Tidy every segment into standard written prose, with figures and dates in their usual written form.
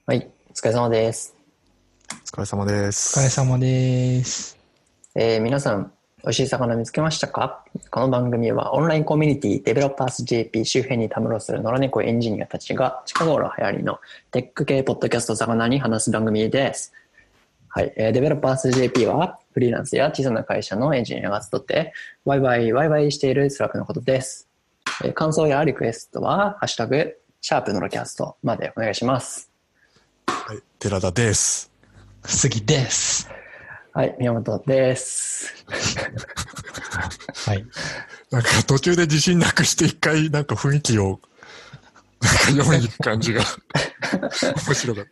はい、お疲れ様です。 お疲れ様でお疲れす。 様です。 皆さん、美味しい魚見つけましたか？この番組はオンラインコミュニティデベロッパーズ JP 周辺にたむろする野良猫エンジニアたちが近頃流行りのテック系ポッドキャスト魚に話す番組です。はい、デベロッパーズ JP はフリーランスや小さな会社のエンジニアが集ってワイワイしているスラックのことです。感想やリクエストはハッシュタグシャープノロキャストまでお願いします。 はい、寺田です。 杉です。 はい、宮本です。 はい。 なんか途中で自信なくして一回なんか雰囲気を読みに行く感じが面白かった。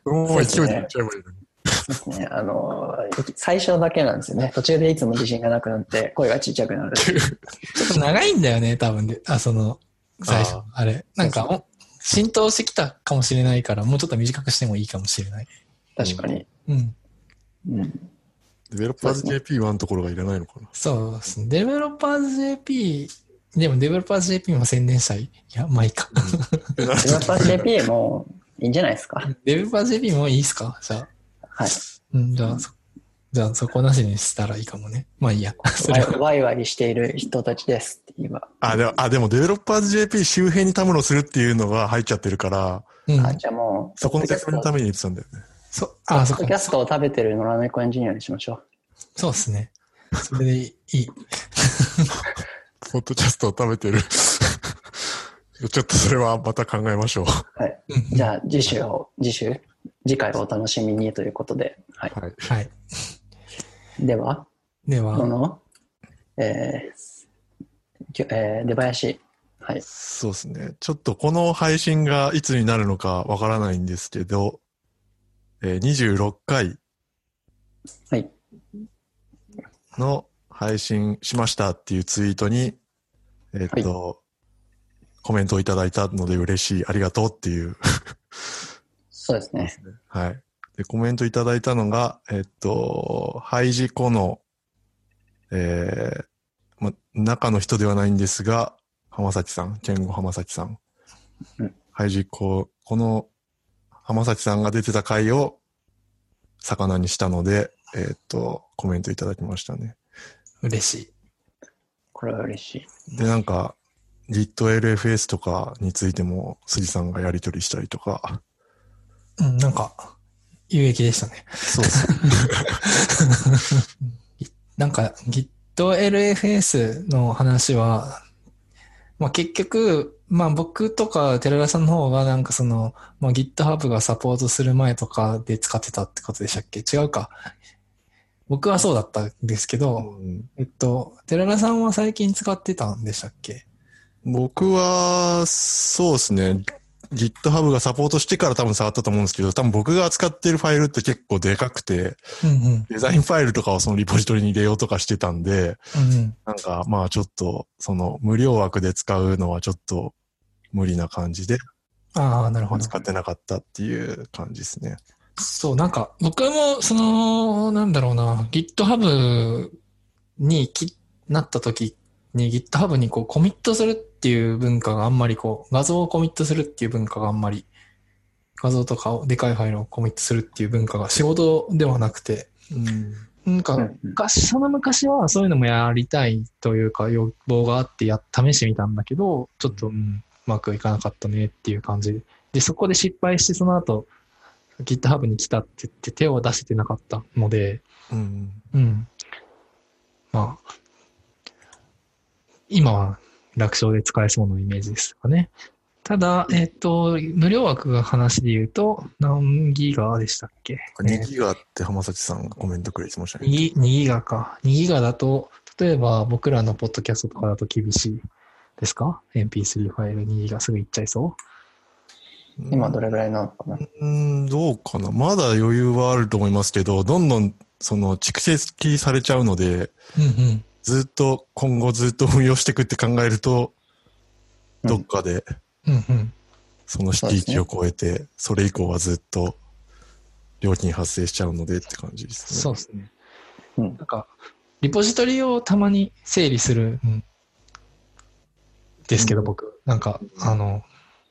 もう勢いで言っちゃえばいいのに。 そうですね。最初だけなんですよね。途中でいつも自信がなくなって声がちっちゃくなるっていう。 ちょっと長いんだよね、多分で。最初。あれ。なんか、浸透してきたかもしれないから、もうちょっと短くしてもいいかもしれない。 確かに。 うん。 うん。 デベロッパーズ JP1 のところがいらないのかな。 そうですね。デベロッパーズ JP、でもデベロッパーズ JP も宣伝したい。いや、まあいいか。 デベロッパーズ JP もいいんじゃないですか。 デベロッパーズ JP もいいですかじゃあ。 はい。 うん、じゃあそこなしにしたらいいかもね。まあいいや。 ワイワイしている人たちですって言えば。 でもデベロッパーズ JP 周辺にたむろするっていうのが入っちゃってるから、 うん、 じゃあもう、 そこの説明のために言ってたんだよね。 ポッドキャストを食べてる野良猫エンジニアにしましょう。 そうですね。それでいい。 ポッドキャストを食べてる。ちょっとそれはまた考えましょう。 はい。じゃあ次回をお楽しみにということで。はい。 はい。 では、この、出囃子。はい。 そうですね。ちょっとこの配信がいつになるのかわからないんですけど、26回の配信しましたっていうツイートに、コメントをいただいたので嬉しい、ありがとうっていう。 そうですね。 はい。で、コメントいただいたのが、ハイジコの、中の人ではないんですが、浜崎さん、ケンゴ浜崎さん。 うん、 ハイジコ、この浜崎さんが出てた回を魚にしたので、コメントいただきましたね。 嬉しい。 これは嬉しい。 で、なんか、GitLFS とかについても辻さんがやり取りしたりとか。 うん、なんか、有益でしたね。 そうそう。 なんか GitLFS の話は、まあ結局、まあ僕とか寺田さんの方がなんかまあ GitHub がサポートする前とかで使ってたってことでしたっけ？違うか。僕はそうだったんですけど、寺田さんは最近使ってたんでしたっけ？ 僕は、そうですね。GitHub がサポートしてから多分触ったと思うんですけど、多分僕が扱ってるファイルって結構でかくて、デザインファイルとかをそのリポジトリに入れようとかしてたんで、なんかまあちょっと、無料枠で使うのはちょっと無理な感じで、 ああ、なるほど。 使ってなかったっていう感じですね。 そう、なんか僕もなんだろうな、GitHub になった時に GitHub にコミットするっていう文化があんまり画像をコミットするっていう文化があんまり、画像とかをでかいファイルをコミットするっていう文化が仕事ではなくて、なんかその昔はそういうのもやりたいというか欲望があって試してみたんだけど、ちょっと、うまくいかなかったねっていう感じで、そこで失敗してその後 GitHub に来たって言って手を出せてなかったので、まあ、今は楽勝で使えそうなイメージですかね。ただ、無料枠が話で言うと、何ギガでしたっけ？ 2 ギガって浜崎さんがコメントくれてましたね。 2ギガか。2ギガだと、例えば僕らのポッドキャストとかだと厳しいですか？ MP3 ファイル2ギガすぐいっちゃいそう？ 今どれぐらいなのかな？ どうかな。まだ余裕はあると思いますけど、どんどん蓄積されちゃうので、ずっと今後ずっと運用していくって考えると、どっかで、その敷地を超えて、それ以降はずっと料金発生しちゃうのでって感じですね。 そうですね。なんか、リポジトリをたまに整理するんですけど、僕、なんか、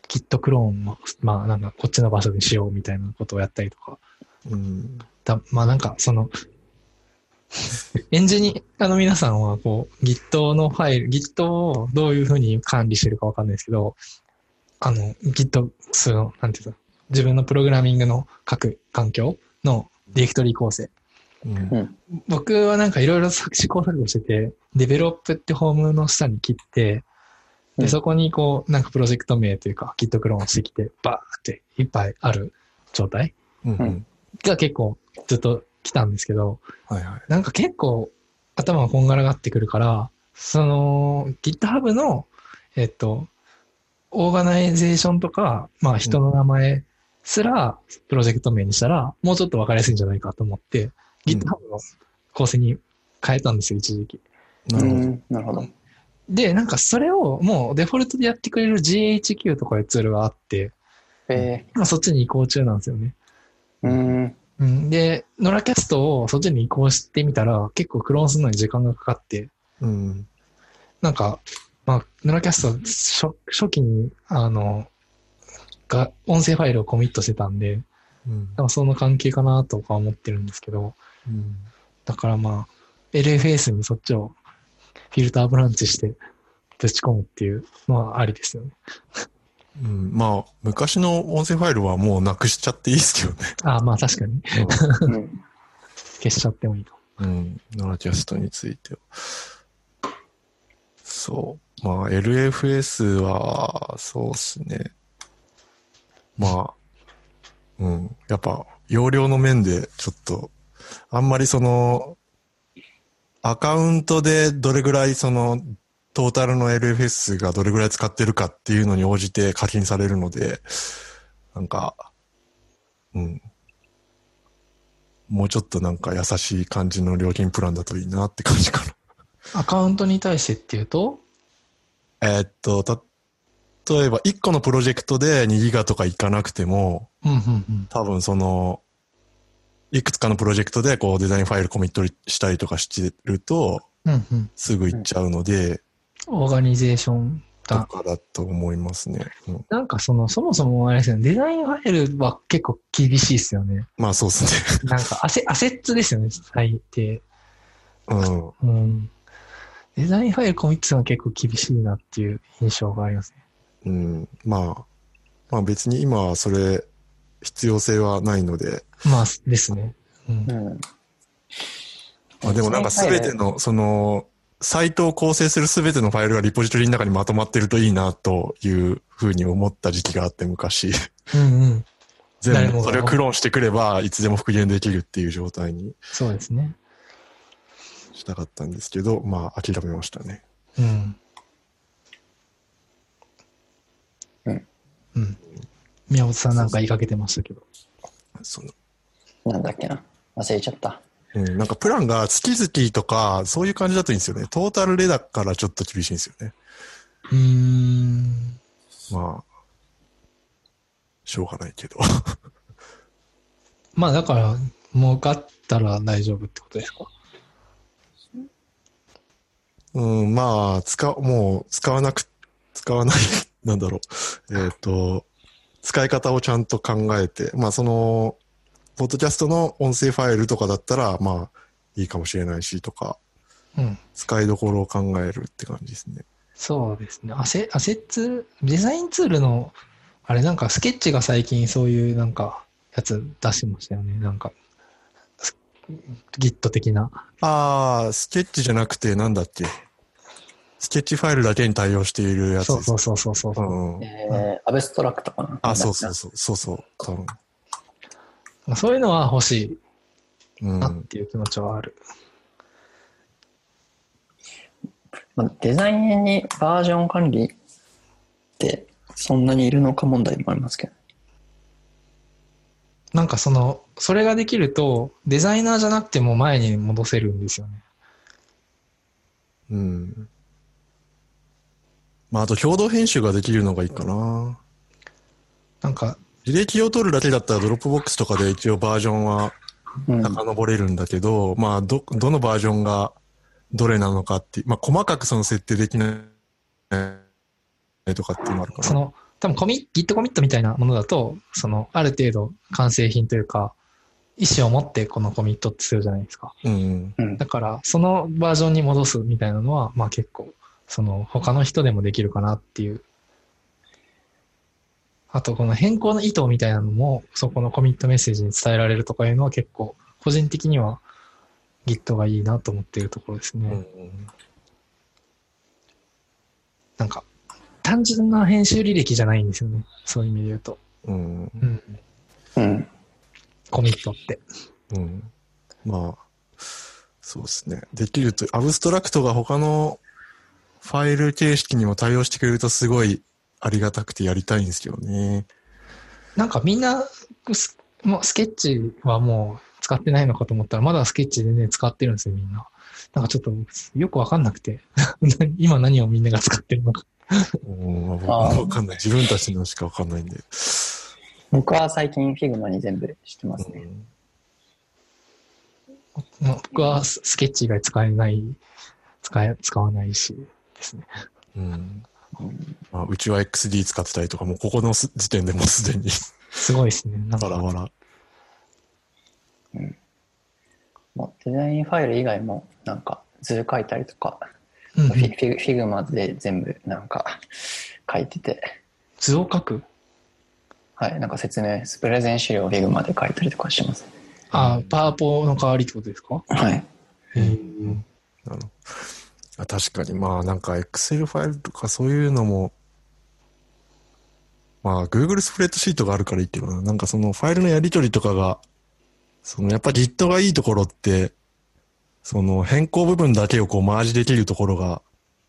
Git クローンも、まあなんかこっちの場所にしようみたいなことをやったりとか。まあなんかその、エンジニアの皆さんはこう Git のファイル、Git をどういうふうに管理してるかわかんないですけど、Git、なんていうの、自分のプログラミングの各環境のディレクトリ構成。僕はなんかいろいろ試行錯誤してて、デベロップってホームの下に切って、で、そこにこう、なんかプロジェクト名というか、Git クローンしてきて、バーっていっぱいある状態が結構ずっと来たんですけど、なんか結構頭がこんがらがってくるから、その GitHub の、オーガナイゼーションとか、まあ人の名前すらプロジェクト名にしたら、もうちょっと分かりやすいんじゃないかと思って、GitHub の構成に変えたんですよ、一時期。 なるほど。 で、なんかそれをもうデフォルトでやってくれる GHQ とかいうツールがあって、まあそっちに移行中なんですよね。で、ノラキャストをそっちに移行してみたら結構クローンするのに時間がかかって、なんか、まあ、ノラキャスト初期に、音声ファイルをコミットしてたんで、その関係かなとか思ってるんですけど、だからまあ、LFS にそっちをフィルターブランチしてぶち込むっていうのはありですよね。 まあ、昔の音声ファイルはもうなくしちゃっていいですけどね。 まあ確かに。消しちゃってもいいと。 ノラキャストについては。そう。まあ、LFS は、そうっすね。まあ、やっぱ、容量の面で、ちょっと、あんまりその、アカウントでどれぐらいその、トータルの LFS がどれぐらい使ってるかっていうのに応じて課金されるので、なんか、もうちょっとなんか優しい感じの料金プランだといいなって感じかな。 アカウントに対してっていうと例えば1個のプロジェクトで2ギガとかいかなくても、多分その、いくつかのプロジェクトでこうデザインファイルコミットしたりとかしてると、すぐいっちゃうので、 オーガニゼーションとかだと思いますね。 なんかそもそもあれですよね、デザインファイルは結構厳しいですよね。 まあそうですね。 なんかアセッツですよね、最低。デザインファイルコミットするのは結構厳しいなっていう印象がありますね。まあ別に今はそれ必要性はないので。 まあですね。 まあでもなんかすべてのそのサイトを構成するすべてのファイルがリポジトリの中にまとまってるといいなというふうに思った時期があって昔。全部それをクローンしてくればいつでも復元できるっていう状態に。 そうですね。 したかったんですけど、まあ諦めましたね。 宮本さんなんか言いかけてましたけど。 なんだっけな。忘れちゃった。 なんかプランが月々とかそういう感じだといいんですよね。トータルでだからちょっと厳しいんですよね。まあ、しょうがないけど。 まあだから、儲かったら大丈夫ってことですか？ まあ、もう使わない、なんだろう。使い方をちゃんと考えて、まあその、ポッドキャストの音声ファイルとかだったら、まあ、いいかもしれないしとか、使いどころを考えるって感じですね。 そうですね。アセッツ、デザインツールの、あれなんかスケッチが最近そういうなんか、やつ出してましたよね。なんか、Git 的な。 スケッチじゃなくてなんだっけ。スケッチファイルだけに対応しているやつです。 そう。 アブストラクトかな。 そう、多分。 そういうのは欲しいなっていう気持ちはある。 デザインにバージョン管理ってそんなにいるのか問題もありますけど。 なんかそれができるとデザイナーじゃなくても前に戻せるんですよね。 まああと共同編集ができるのがいいかな。 なんか履歴を取るだけだったらドロップボックスとかで一応バージョンは遡れるんだけど、まあどのバージョンがどれなのかって、まあ細かくその設定できないとかっていうのもあるかな。 多分Git コミットみたいなものだと、ある程度完成品というか、意思を持ってこのコミットってするじゃないですか。 うんうん。 だから、そのバージョンに戻すみたいなのは、まあ結構、他の人でもできるかなっていう。あと、この変更の意図みたいなのも、そこのコミットメッセージに伝えられるとかいうのは結構、個人的には Git がいいなと思っているところですね。 うんうん、 なんか、単純な編集履歴じゃないんですよね。そういう意味で言うと。 うん。 うん。 うん。 コミットって。 うん。まあ、そうですね。できると、アブストラクトが他のファイル形式にも対応してくれるとすごいありがたくてやりたいんですけどね。 なんかみんな、もうスケッチはもう使ってないのかと思ったら、まだスケッチでね、使ってるんですよ、みんな。なんかちょっとよくわかんなくて。今何をみんなが使ってるのか。 僕はわかんない。自分たちのしかわかんないんで。 僕は最近 Figma に全部してますね。 僕はスケッチ以外使わないしですね。 まあ、うちは XD 使ってたりとか、もうここの時点でもうすでにすごいですね。 バラバラ。 もうデザインファイル以外もなんか図書いたりとか、Figma で全部なんか書いてて。 図を書く？ はい、なんかプレゼン資料を Figma で書いたりとかしてます。 パワポの代わりってことですか？ はい。 確かに、まあなんか Excel ファイルとかそういうのも、まあ Google スプレッドシートがあるからいいけどな、なんかそのファイルのやり取りとかが、やっぱ Git がいいところって、変更部分だけをこうマージできるところが、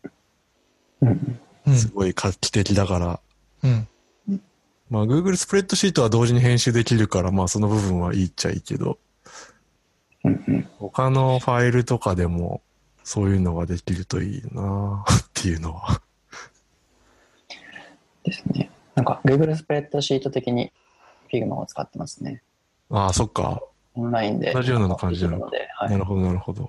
すごい画期的だから、まあ Google スプレッドシートは同時に編集できるから、まあその部分はいいっちゃいいけど、他のファイルとかでもそういうのができるといいなっていうのは。 ですね。なんか Google スプレッドシート的に Figma を使ってますね。 ああ、そっか。 オンラインで。 同じような感じなので、はい。なるほど、なるほど。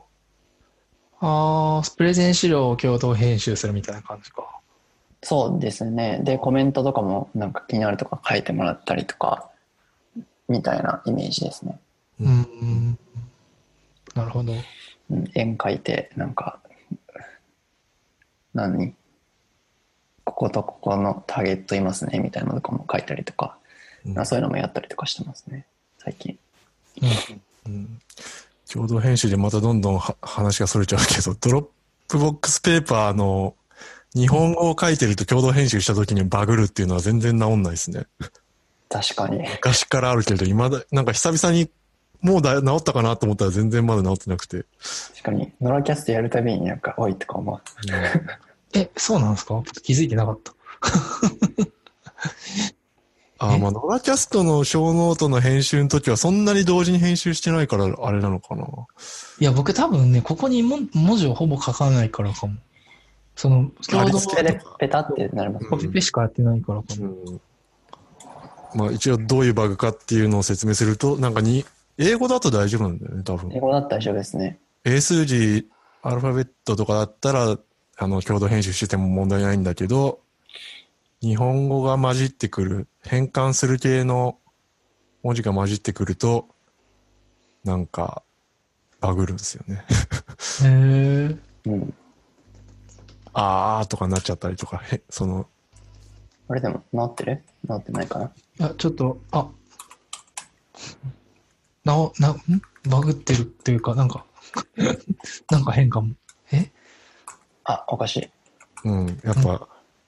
プレゼン資料を共同編集するみたいな感じか。 そうですね。で、コメントとかもなんか気になるとか書いてもらったりとか、みたいなイメージですね。 なるほど。 円書いて、なんか、こことここのターゲットいますね、みたいなのとかも書いたりとか、そういうのもやったりとかしてますね、最近。 共同編集でまたどんどん話がそれちゃうけど、ドロップボックスペーパーの日本語を書いてると共同編集した時にバグるっていうのは全然治んないですね。 確かに。 昔からあるけど、なんか久々にもう治ったかなと思ったら全然まだ治ってなくて。 確かに、ノラキャストやるたびになんか、おいとか思う。 そうなんですか？僕気づいてなかった。 まあ、ノラキャストの小ノートの編集の時はそんなに同時に編集してないからあれなのかな。 いや、僕多分ね、ここに文字をほぼ書かないからかも。共同でペタってなります。 コピペしかやってないからかも。 まあ一応どういうバグかっていうのを説明すると、なんか英語だと大丈夫なんだよね、多分。 英語だったら大丈夫ですね。 英数字、アルファベットとかだったら、共同編集しても問題ないんだけど、日本語が混じってくる、変換する系の文字が混じってくると、なんか、バグるんですよね。 へー。 とかなっちゃったりとか、 あれでも、治ってないかな？ ちょっと、バグってるっていうか、なんか、なんか変かも。 おかしい。 やっぱ。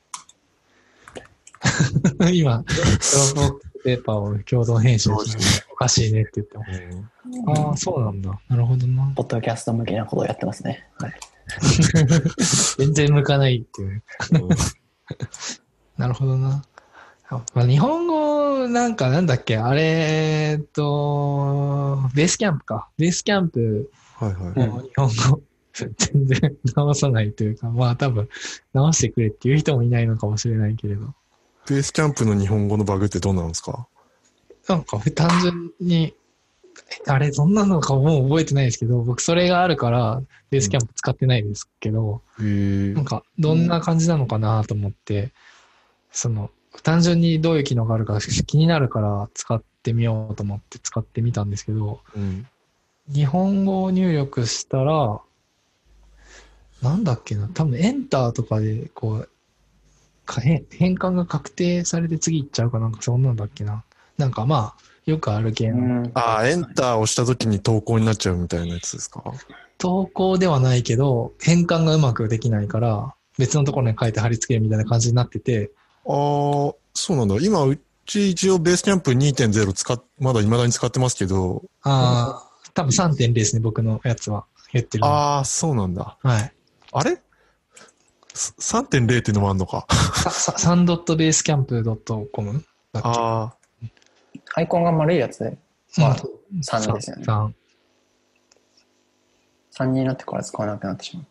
今、ドロップボックスペーパーを共同編集しておかしいねって言ってます。そうなんだ。なるほどな。 ポッドキャスト向きなことをやってますね。はい。 全然向かないっていう。なるほどな。日本語、なんだっけ、ベースキャンプか。ベースキャンプの日本語、全然直さないというか、まあ多分直してくれっていう人もいないのかもしれないけれど。 ベースキャンプの日本語のバグってどうなんですか？ なんか単純に、そんなのかもう覚えてないですけど、僕それがあるからベースキャンプ使ってないですけど、なんかどんな感じなのかなと思って、 単純にどういう機能があるか気になるから使ってみようと思って使ってみたんですけど、 うん、 日本語を入力したら、なんだっけな、多分エンターとかで、こう、変換が確定されて次行っちゃうかなんかそんなんだっけな。なんかまあ、よくある系の。 ああ、エンターを押した時に投稿になっちゃうみたいなやつですか？ 投稿ではないけど、変換がうまくできないから、別のところに書いて貼り付けるみたいな感じになってて。 ああ、そうなんだ。今、うち一応ベースキャンプ 2.0 まだ未だに使ってますけど。 ああ、多分 3.0 ですね、僕のやつは。言ってるの。 ああ、そうなんだ。 はい。 あれ ?3.0 っていうのもあるのか。 3.basecamp.com だっけ。 ああ。 アイコンが丸いやつで、まあ、3ですよね。3になってから使わなくなってしまった。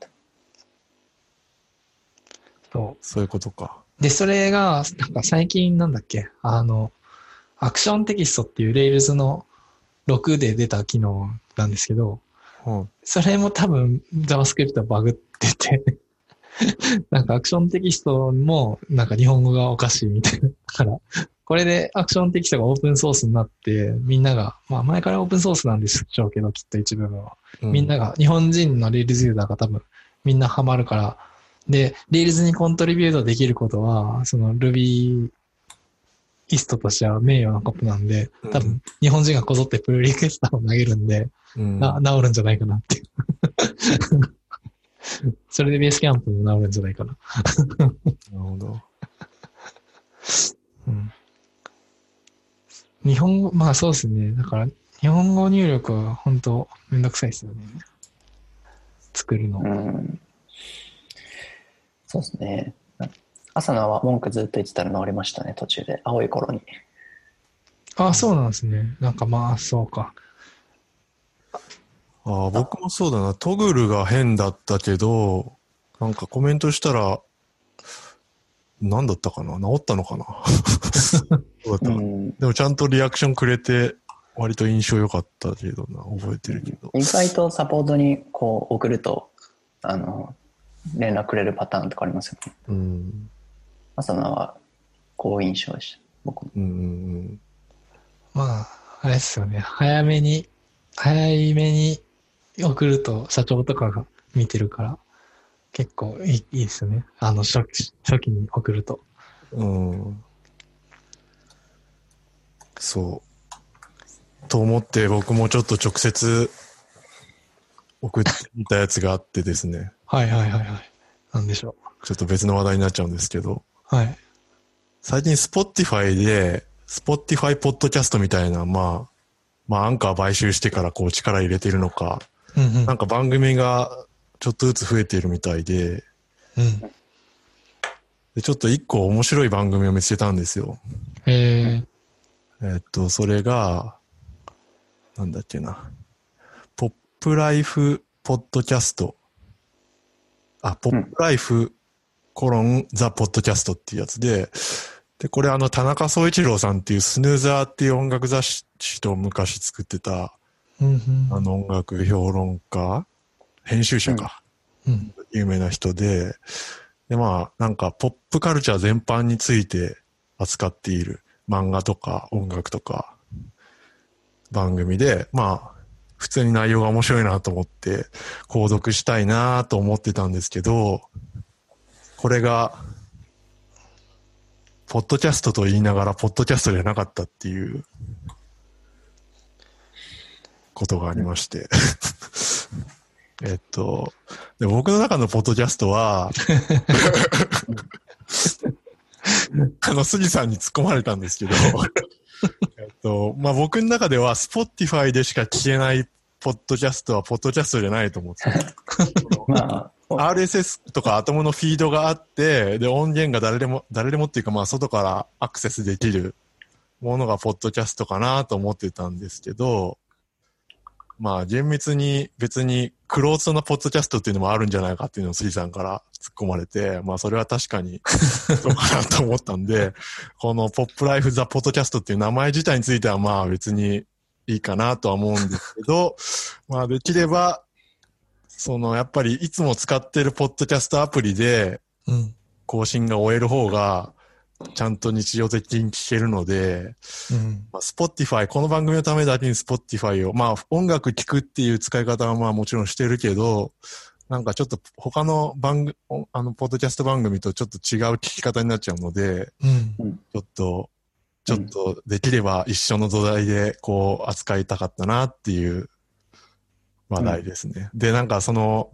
そういうことか。 で、それが、なんか最近なんだっけ、アクションテキストっていう Rails の6で出た機能なんですけど、それも多分 JavaScript バグってて、なんかアクションテキストもなんか日本語がおかしいみたいな。だから、これでアクションテキストがオープンソースになって、みんなが、まあ前からオープンソースなんでしょうけど、きっと一部分は。みんなが、日本人の Rails ユーザーが多分みんなハマるから、で、Rails にコントリビュートできることは、その Ruby イストとしては名誉なことなんで、多分日本人がこぞってプルリクエストを投げるんで、治るんじゃないかなっていう。それでベースキャンプも治るんじゃないかな。 なるほど。 うん、日本語、まあそうですね。だから、日本語入力は本当めんどくさいですよね。作るの。 そうですね。朝のは文句ずっと言ってたら治りましたね、途中で。青い頃に。 ああ、そうなんですね。なんかまあ、そうか。 ああ、僕もそうだな。トグルが変だったけど、なんかコメントしたら、何だったかな？治ったのかな？そうだった。でもちゃんとリアクションくれて、割と印象良かったけどな、覚えてるけど。 意外とサポートにこう送ると、連絡くれるパターンとかありますよね。朝のは好印象でした、僕も。 まあ、あれですよね。早めに送ると社長とかが見てるから、結構いいですよね。初期に送ると。 そう。と思って僕もちょっと直接送ってみたやつがあってですね。 はい。なんでしょう。ちょっと別の話題になっちゃうんですけど。 はい。 最近 Spotify で、Spotify ポッドキャストみたいな、まあアンカー買収してからこう力入れてるのか、なんか番組がちょっとずつ増えているみたいで、でちょっと一個面白い番組を見つけたんですよ。それが、なんだっけな。ポップライフポッドキャスト。ポップライフコロンザポッドキャストっていうやつで、で、これ田中総一郎さんっていうスヌーザーっていう音楽雑誌と昔作ってた、音楽評論家編集者か。有名な人で、で、まあ、なんかポップカルチャー全般について扱っている漫画とか音楽とか番組で、まあ、普通に内容が面白いなと思って、購読したいなと思ってたんですけど、これが、ポッドキャストと言いながら、ポッドキャストじゃなかったっていう、ことがありまして。で、僕の中のポッドキャストは、杉さんに突っ込まれたんですけど、まあ、僕の中では、Spotify でしか聞けないポッドキャストは、ポッドキャストじゃないと思ってまあ、RSS とかアトムのフィードがあって、で、音源が誰でもっていうか、まあ、外からアクセスできるものがポッドキャストかなと思ってたんですけど、まあ、厳密に別にクローズドなポッドキャストっていうのもあるんじゃないかっていうのを杉さんから突っ込まれて、まあ、それは確かにそうかなと思ったんで、このポップライフザポッドキャストっていう名前自体についてはまあ別にいいかなとは思うんですけど、まあできれば、やっぱりいつも使ってるポッドキャストアプリで、更新が終える方が、 ちゃんと日常的に聴けるので、まあ、Spotify、この番組のためだけに Spotify を、まあ音楽聴くっていう使い方はまあもちろんしてるけど、なんかちょっと他のポッドキャスト番組とちょっと違う聞き方になっちゃうので、ちょっとできれば一緒の土台でこう扱いたかったなっていう話題ですね。で、なんか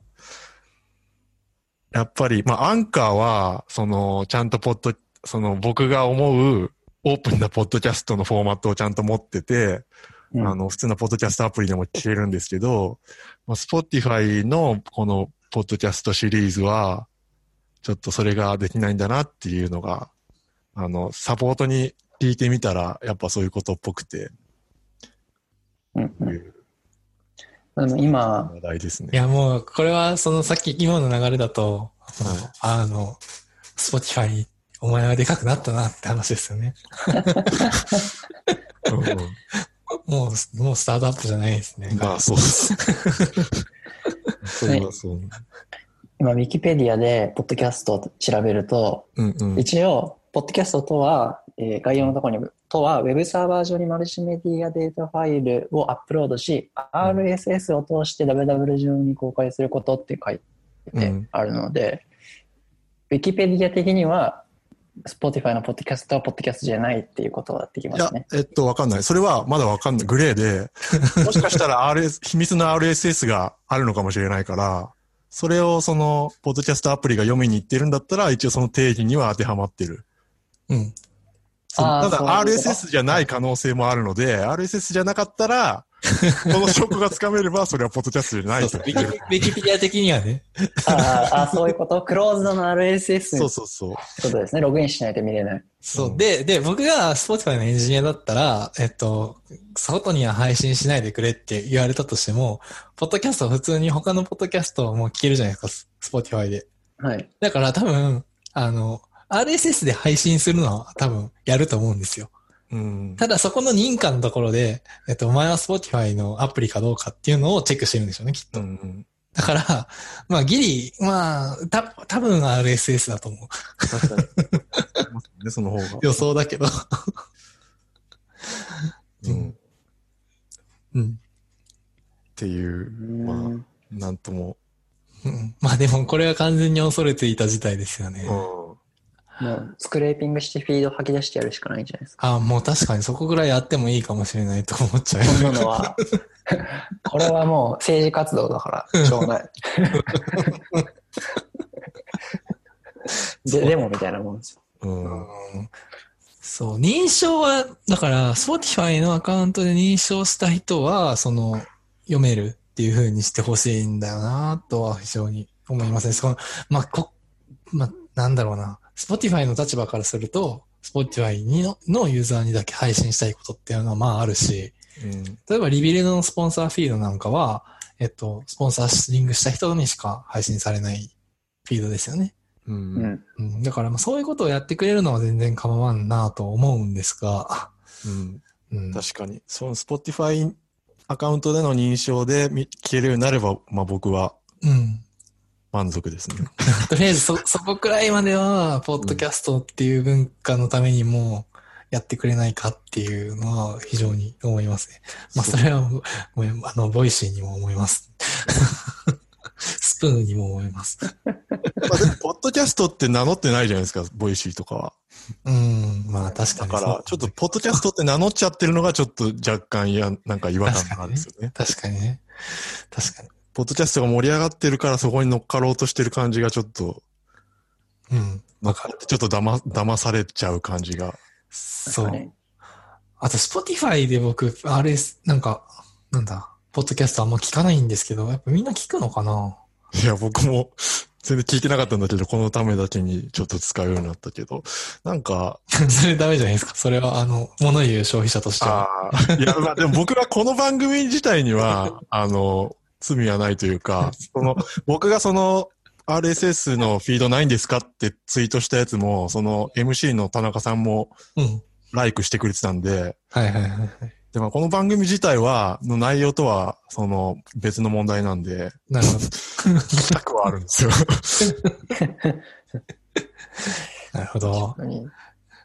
やっぱり、まあアンカーは、ちゃんと僕が思うオープンなポッドキャストのフォーマットをちゃんと持ってて、普通のポッドキャストアプリでも聞けるんですけど、まあ、Spotify のこのポッドキャストシリーズは、ちょっとそれができないんだなっていうのが、サポートに聞いてみたら、やっぱそういうことっぽくて。 でも今、 話題ですね。 いやもう、これはさっき今の流れだと、Spotify、お前はでかくなったなって話ですよね。もうスタートアップじゃないですね。 まあ、そうです。それはそう。 今、ウィキペディアで、ポッドキャストを調べると、一応、ポッドキャストとは、概要のところに、とは、ウェブサーバー上にマルチメディアデータファイルをアップロードし、RSS を通して WW 上に公開することって書いてあるので、ウィキペディア的には、Spotify のポッドキャストはポッドキャストじゃないっていうことができますね。 いや、わかんない。それはまだわかんない。グレーで、もしかしたら秘密の RSS があるのかもしれないから、それをポッドキャストアプリが読みに行ってるんだったら、一応その定義には当てはまってる。ただ RSS じゃない可能性もあるので、RSS じゃなかったら、この証拠がつかめれば、それはポッドキャストじゃないと。 ウィキペディア的にはね。 そういうこと。クローズドの RSS。 そう。 ってことですね。ログインしないと見れない。 そう。で、僕が Spotify のエンジニアだったら、外には配信しないでくれって言われたとしても、ポッドキャストは普通に他のポッドキャストも聞けるじゃないですか、Spotify で。 はい。 だから多分、RSS で配信するのは多分やると思うんですよ。ただそこの認可のところで、お前は Spotify のアプリかどうかっていうのをチェックしてるんでしょうね、きっと。だから、まあギリ、まあ、多分 RSS だと思う。 確かに。その方が。 予想だけど。 っていう、まあ、なんとも。 まあでもこれは完全に恐れていた事態ですよね。 もうスクレーピングしてフィード吐き出してやるしかないんじゃないですか。 もう確かにそこぐらいやってもいいかもしれないと思っちゃう。 こんなのは、これはもう政治活動だからしょうがない。でもみたいなもんですよ。 そう、認証は、だから、Spotify のアカウントで認証した人は、読めるっていう風にしてほしいんだよなとは非常に思いますね。なんだろうな。Spotify の立場からすると、Spotify のユーザーにだけ配信したいことっていうのはまああるし、例えばリビルのスポンサーフィードなんかは、スポンサーリングした人にしか配信されないフィードですよね。だからそういうことをやってくれるのは全然構わんなと思うんですが、 確かに。その Spotify アカウントでの認証で聞けるようになれば、まあ僕は、満足ですね。 とりあえずそこくらいまでは、ポッドキャストっていう文化のためにもやってくれないかっていうのは非常に思いますね。まあそれは、ボイシーにも思います。スプーンにも思います。 まあでも、ポッドキャストって名乗ってないじゃないですか、ボイシーとかは。 まあ確かに。 だから、ちょっとポッドキャストって名乗っちゃってるのがちょっと若干なんか違和感があるんですよね。 確かにね。 ポッドキャストが盛り上がってるからそこに乗っかろうとしてる感じがちょっと、なんかちょっと騙されちゃう感じが。 そう。あと、Spotify で僕、ポッドキャストあんま聞かないんですけど、やっぱみんな聞くのかな？ いや、僕も全然聞いてなかったんだけど、このためだけにちょっと使うようになったけど、なんか。 それダメじゃないですか。それは、物言う消費者としては。 いや、まあでも僕はこの番組自体には、罪はないというか、僕がRSS のフィードないんですかってツイートしたやつも、MC の田中さんも、ライクしてくれてたんで、でもこの番組自体は、の内容とは、別の問題なんで、 なるほど。 聞きたくはあるんですよ。 なるほど。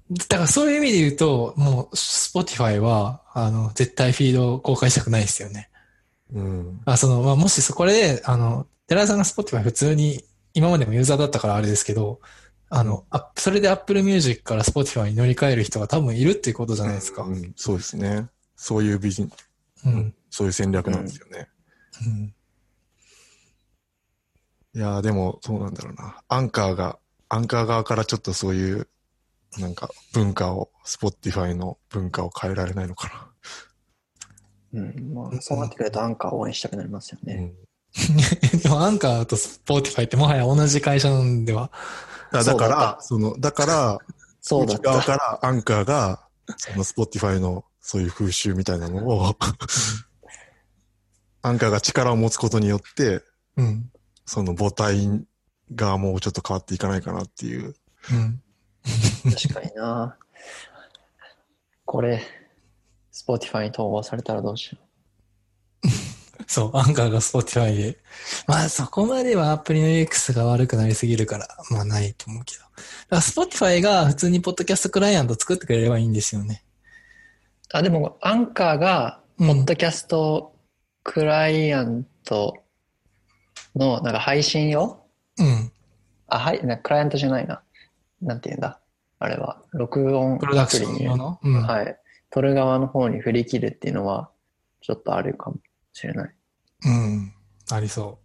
だからそういう意味で言うと、もう、Spotify は、絶対フィードを公開したくないですよね。 うん。 まあ、もしこれで、寺田さんが Spotify 普通に、今までもユーザーだったからあれですけど、それで Apple Music から Spotify に乗り換える人が多分いるっていうことじゃないですか。 うん、そうですね。そういうビジネス、そういう戦略なんですよね。いやーでも、そうなんだろうな。アンカー側からちょっとそういう、なんかSpotify の文化を変えられないのかな。まあ、そうなってくるとアンカーを応援したくなりますよね。 でもアンカーと Spotify ってもはや同じ会社なんでは。 だから、 そうだった。 内側からアンカーが、Spotify のそういう風習みたいなのをアンカーが力を持つことによって、その母体がもうちょっと変わっていかないかなっていう。 確かにな。これ、Spotify に統合されたらどうしよう。そう、アンカーが Spotify で。まあそこまではアプリの UX が悪くなりすぎるから、まあないと思うけど。だから Spotify が普通にポッドキャストクライアント作ってくれればいいんですよね。 でも、アンカーが、ポッドキャストクライアントの、なんか配信用？はい、クライアントじゃないな。なんて言うんだ。あれは、録音プロダクション用の、 はい。取る側の方に振り切るっていうのは、ちょっとあるかもしれない。 ありそう。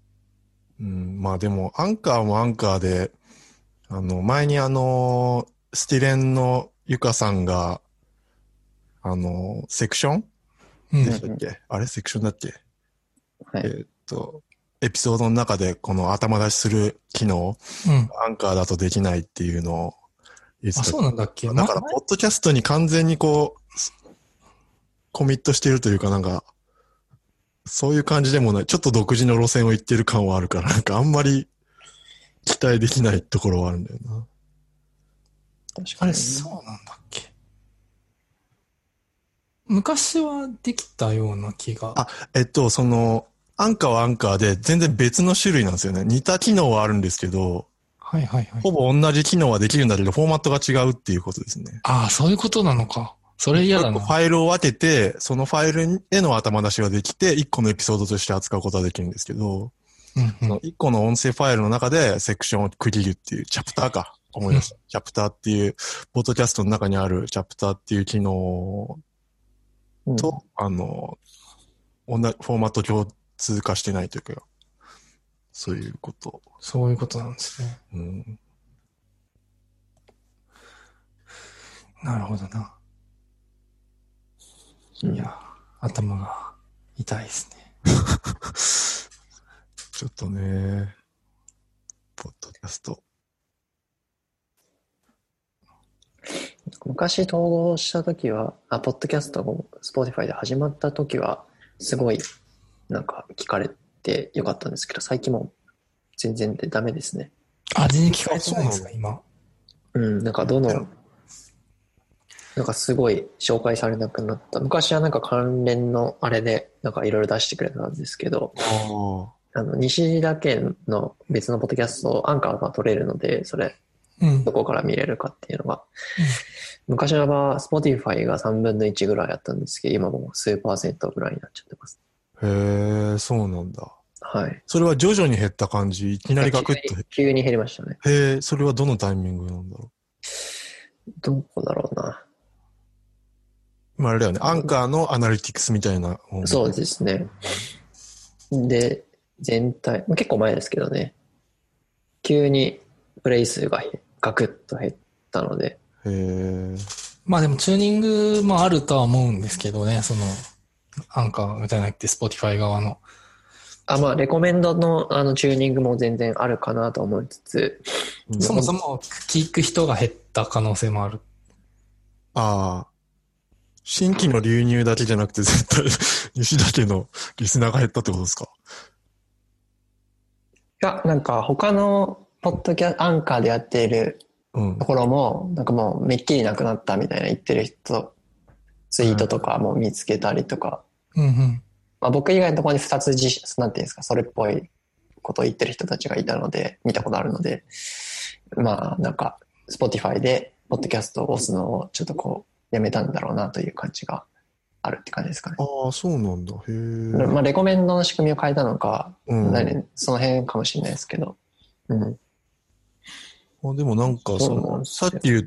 まあでも、アンカーもアンカーで、前にスティレンのゆかさんが、セクションでしたっけ、あれセクションだっけ、 はい、 エピソードの中でこの頭出しする機能、アンカーだとできないっていうのを言ってた。 そうなんだっけ？ だから、ポッドキャストに完全にコミットしているというかなんか、そういう感じでもない。ちょっと独自の路線を行ってる感はあるから、なんかあんまり期待できないところはあるんだよな。 確かに。 あれ、そうなんだっけ？昔はできたような気が。 アンカーはアンカーで全然別の種類なんですよね。似た機能はあるんですけど、ほぼ同じ機能はできるんだけど、フォーマットが違うっていうことですね。 そういうことなのか。それ嫌だな。 ファイルを分けて、そのファイルへの頭出しができて、1個のエピソードとして扱うことはできるんですけど、その1個の音声ファイルの中でセクションを区切るっていう、チャプターか。思い出した。チャプターっていう、ポッドキャストの中にあるチャプターっていう機能と、フォーマット共通化してないというか、そういうこと。 そういうことなんですね。なるほどな。いや、頭が痛いですね。 ちょっとね、ポッドキャスト。 昔統合したときは、ポッドキャストが Spotify で始まったときは、すごい、なんか聞かれてよかったんですけど、最近も全然ダメですね。 全然聞かれてないですか、今。 なんかなんかすごい紹介されなくなった。昔はなんか関連のあれで、なんかいろいろ出してくれたんですけど、西田県の別のポッドキャストをアンカーが取れるので、それ、どこから見れるかっていうのが、昔はSpotify が3分の1ぐらいあったんですけど、今も数%ぐらいになっちゃってます。 へえ、そうなんだ。 はい。 それは徐々に減った感じ、いきなりガクッと急に減りましたね。 へえ、それはどのタイミングなんだろう。どこだろうな。 あれだよね、アンカーのアナリティクスみたいな。 そうですね。で、全体、結構前ですけどね、急にプレイ数がガクッと減ったので。 まあでもチューニングもあるとは思うんですけどね、その、アンカーみたいなって Spotify 側の。 レコメンドのチューニングも全然あるかなと思いつつ、 そもそも聞く人が減った可能性もある。 新規の流入だけじゃなくて絶対西田家のリスナーが減ったってことですか？ いや、なんか他のポッドキャストアンカーでやっているところも、なんかもうめっきりなくなったみたいな言ってる人、ツイートとかも見つけたりとか、僕以外のところに2つなんていうんですか、それっぽいことを言ってる人たちがいたので、見たことあるので、なんか Spotify でポッドキャストを押すのをちょっとこう、やめたんだろうなという感じがあるって感じですかね。 ああ、そうなんだ。へえ。 まあ、レコメンドの仕組みを変えたのか、 うん、 その辺かもしれないですけど。うん。 でもなんかさっき言った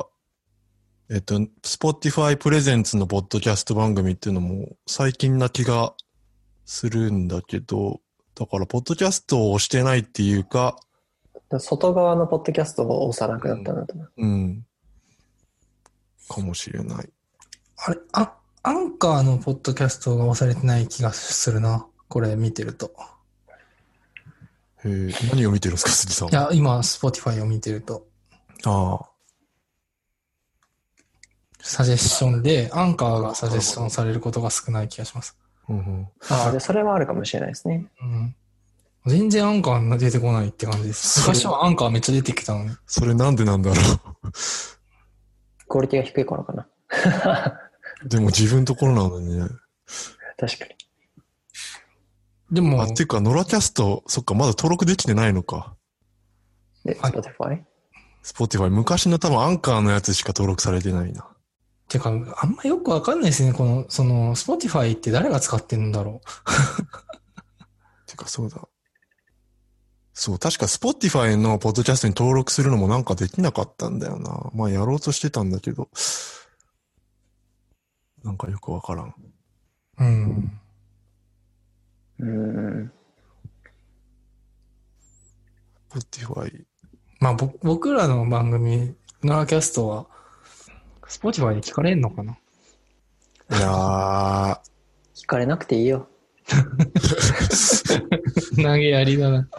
、Spotify プレゼンツのポッドキャスト番組っていうのも最近な気がするんだけど、だからポッドキャストを押してないっていうか、 外側のポッドキャストを押さなくなったんだと思う。 うん。かもしれない。 あれ、アンカーのポッドキャストが押されてない気がするな。これ見てると。 何を見てるんですか、杉さん。 いや、今、Spotify を見てると。 ああ。 サジェッションで、アンカーがサジェッションされることが少ない気がします。 うんうん、 で、それはあるかもしれないですね。 うん。全然アンカー出てこないって感じです。昔はアンカーめっちゃ出てきたのに。 それなんでなんだろう。 クオリティが低いからかな。 でも自分のところなのにね。 確かに。 でも。 っていうか、ノラキャスト、そっか、まだ登録できてないのか。 Spotify？Spotify 昔の多分アンカーのやつしか登録されてないな。 てか、あんまよくわかんないですね。Spotify って誰が使ってるんだろう。 てか、そうだ。そう、確か Spotify のポッドキャストに登録するのもなんかできなかったんだよな。まあ、やろうとしてたんだけど。なんかよくわからん。 うん。 Spotify。 まあ、僕らの番組、ノラキャストは、Spotify で聞かれんのかな？ いやー。 聞かれなくていいよ。 投げやりだな。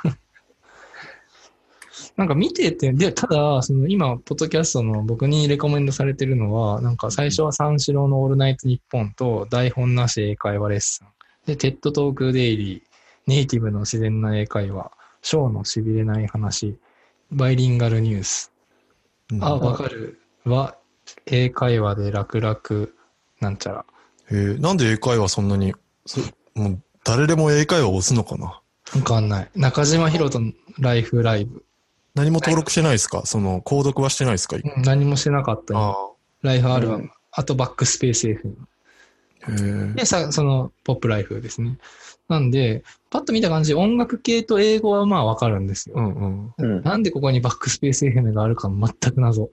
なんか見てて、で、ただ、今、ポッドキャストの僕にレコメンドされてるのは、なんか最初は三四郎のオールナイトニッポンと台本なし英会話レッスン。で、テッドトークデイリー、ネイティブの自然な英会話、ショーの痺れない話、バイリンガルニュース。わかるは、英会話で楽々、なんちゃら。 なんで英会話そんなに、もう誰でも英会話を押すのかな？ わかんない。中島ひろとのライフライブ。 何も登録してないですか？購読はしてないですか？ 何もしてなかったよ。ライフアルバム。あとバックスペース FM。で、ポップライフですね。なんで、パッと見た感じ、音楽系と英語はまあわかるんですよ。なんでここにバックスペース FM があるか全く謎。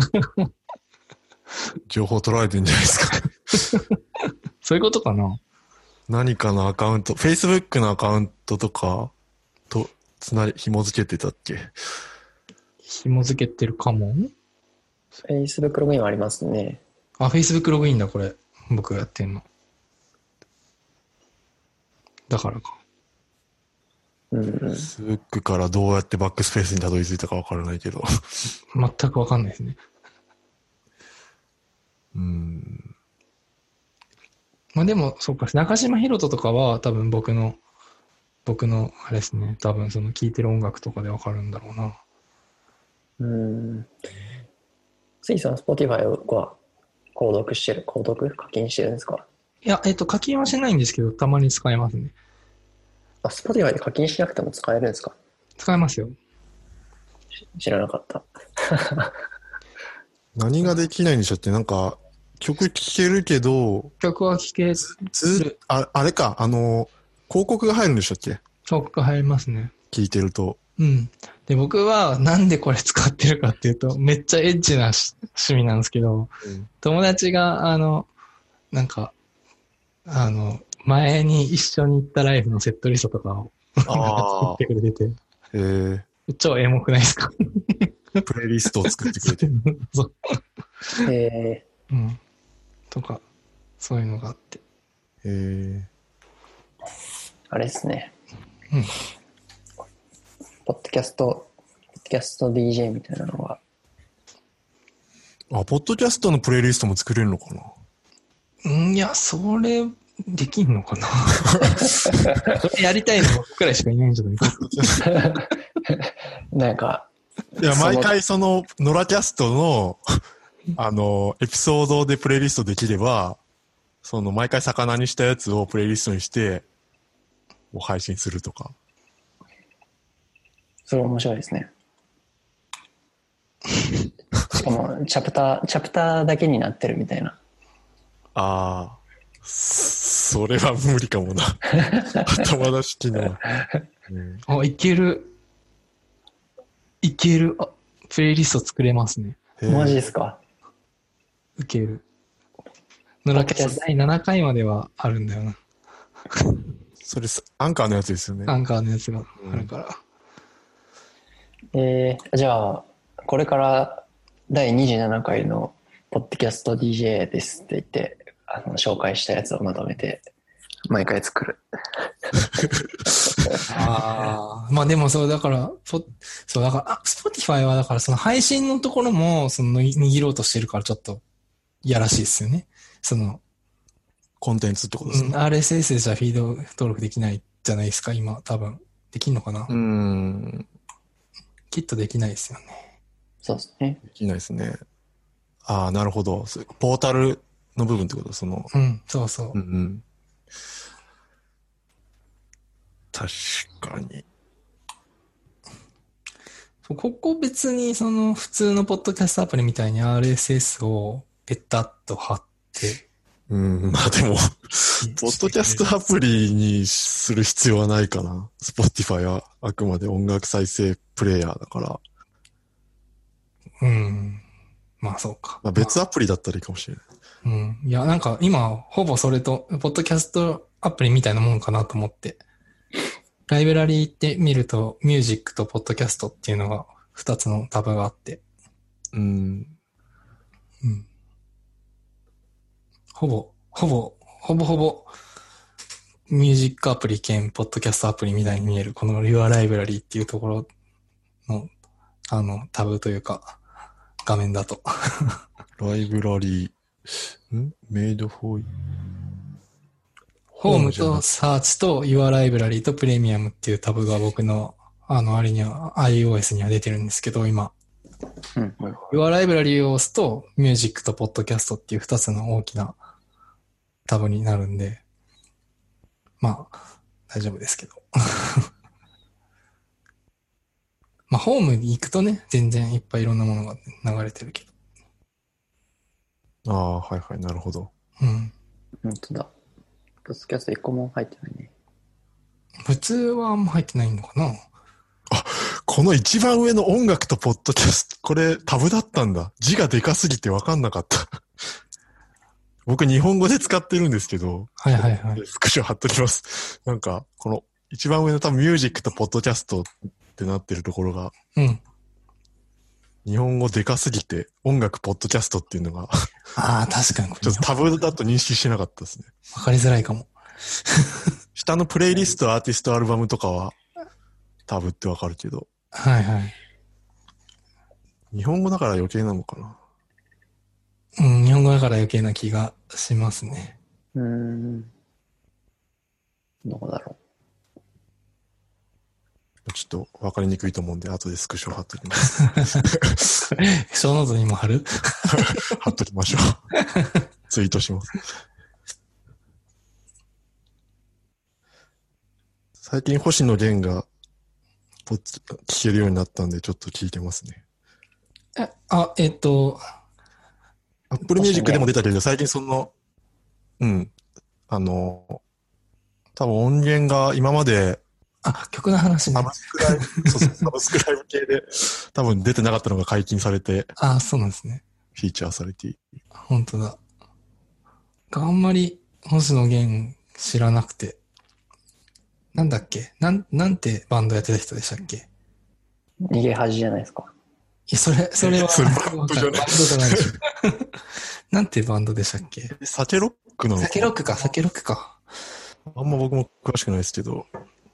情報取られてんじゃないですか。 そういうことかな。 何かのアカウント、Facebook のアカウントとかと紐付けてたっけ？ 紐付けてるかも。 Facebook ログインはありますね。 Facebook ログインだ、これ。僕がやってんの。だからか。 Facebook からどうやってバックスペースにたどり着いたかわからないけど。 全くわかんないですね。まあでも、そうか、中島ひろととかは多分僕の、あれですね、多分聴いてる音楽とかでわかるんだろうな。 杉さん、Spotify は課金してるんですか？ いや、課金はしないんですけど、たまに使えますね。 Spotify で課金しなくても使えるんですか？ 使えますよ。 知らなかった。 何ができないんでしょって、なんか、曲聴けるけど、 曲は聴ける。 あれか、広告が入るんでしたっけ？ 広告が入りますね。 聞いてると。 で、僕はなんでこれ使ってるかっていうと、めっちゃエッチな趣味なんですけど、友達が、なんか、前に一緒に行ったライフのセットリストとかを作ってくれてて、超エモくないですか？ プレイリストを作ってくれて。 そう。とか、そういうのがあって。 あれですね。ポッドキャスト DJ みたいなのは。 ポッドキャストのプレイリストも作れるのかな？ いや、それ、できんのかな？それやりたいの僕くらいしかいないんじゃないか。 なんか。 いや、毎回ノラキャストの、エピソードでプレイリストできれば、毎回魚にしたやつをプレイリストにして、配信するとか。 それ面白いですね。しかもチャプターだけになってるみたいな。 ああ、それは無理かもな。頭出し機能。 あ、いける。あ、プレイリスト作れますね。 マジですか？ いける。のらけ第7回まではあるんだよな。 それ、アンカーのやつですよね。 アンカーのやつがあるから。 じゃあ、これから第27回のポッドキャスト DJ ですって言って、紹介したやつをまとめて、毎回作る。 ああ、まあでもそう、だから、Spotify はだからその配信のところも、握ろうとしてるからちょっと、いやらしいですよね。 コンテンツってことですか？ RSS じゃフィード登録できないじゃないですか、今、多分。できんのかな？きっとできないですよね。 そうですね。 できないですね。ああ、なるほど。ポータルの部分ってこと？ そうそう。 確かに。 ここ別に普通のポッドキャストアプリみたいに RSS をペタッと貼って。 まあでも、ポッドキャストアプリにする必要はないかな。Spotify はあくまで音楽再生プレイヤーだから。 まあそうか。 まあ、別アプリだったらいいかもしれない。 いや、なんか今、ほぼそれと、ポッドキャストアプリみたいなもんかなと思って。ライブラリーって見ると、ミュージックとポッドキャストっていうのが2つのタブがあって。ほぼ、ミュージックアプリ兼ポッドキャストアプリみたいに見える、この Your Library っていうところの、タブというか、画面だと。 ライブラリー、メイドフォーホームとサーチと Your Library とプレミアムっていうタブが僕の、あれには、iOS には出てるんですけど、今。Your Library を押すと、ミュージックとポッドキャストっていう2つの大きなタブになるんで、まあ、大丈夫ですけど。まあ、ホームに行くとね、全然いっぱいいろんなものが流れてるけど。ああ、はいはい、なるほど。 本当だ。ポッドキャスト1個も入ってないね。 普通はあんま入ってないのかな？ あ、この一番上の音楽とポッドキャスト、これタブだったんだ。字がでかすぎてわかんなかった。僕日本語で使ってるんですけど。 はいはいはい。 スクショ貼っときます。なんか、この一番上の多分ミュージックとポッドキャストってなってるところが。日本語でかすぎて音楽ポッドキャストっていうのが。 ああ、確かに。 ちょっとタブだと認識してなかったですね。 わかりづらいかも。 下のプレイリスト、アーティスト、アルバムとかはタブってわかるけど。 はいはい。 日本語だから余計なのかな。 日本語だから余計な気がしますね。 どこだろう。ちょっとわかりにくいと思うんで、後でスクショ貼っときます。 ショーノートにも貼る？ 貼っときましょう。ツイートします。最近星野源が聞けるようになったんで、ちょっと聞いてますね。Apple Music でも出たけど、最近多分音源が今まで、 曲の話ね。 サブスクライブ系で多分出てなかったのが解禁されて。 そうなんですね。 フィーチャーされて。 本当だ。あんまり星野源知らなくて。なんだっけ？なんてバンドやってた人でしたっけ？ 逃げ恥じゃないですか。 いや、それは、バンドじゃないでしょ。なんてバンドでしたっけ？ サケロックなのか。 サケロックか。 あんま僕も詳しくないですけど。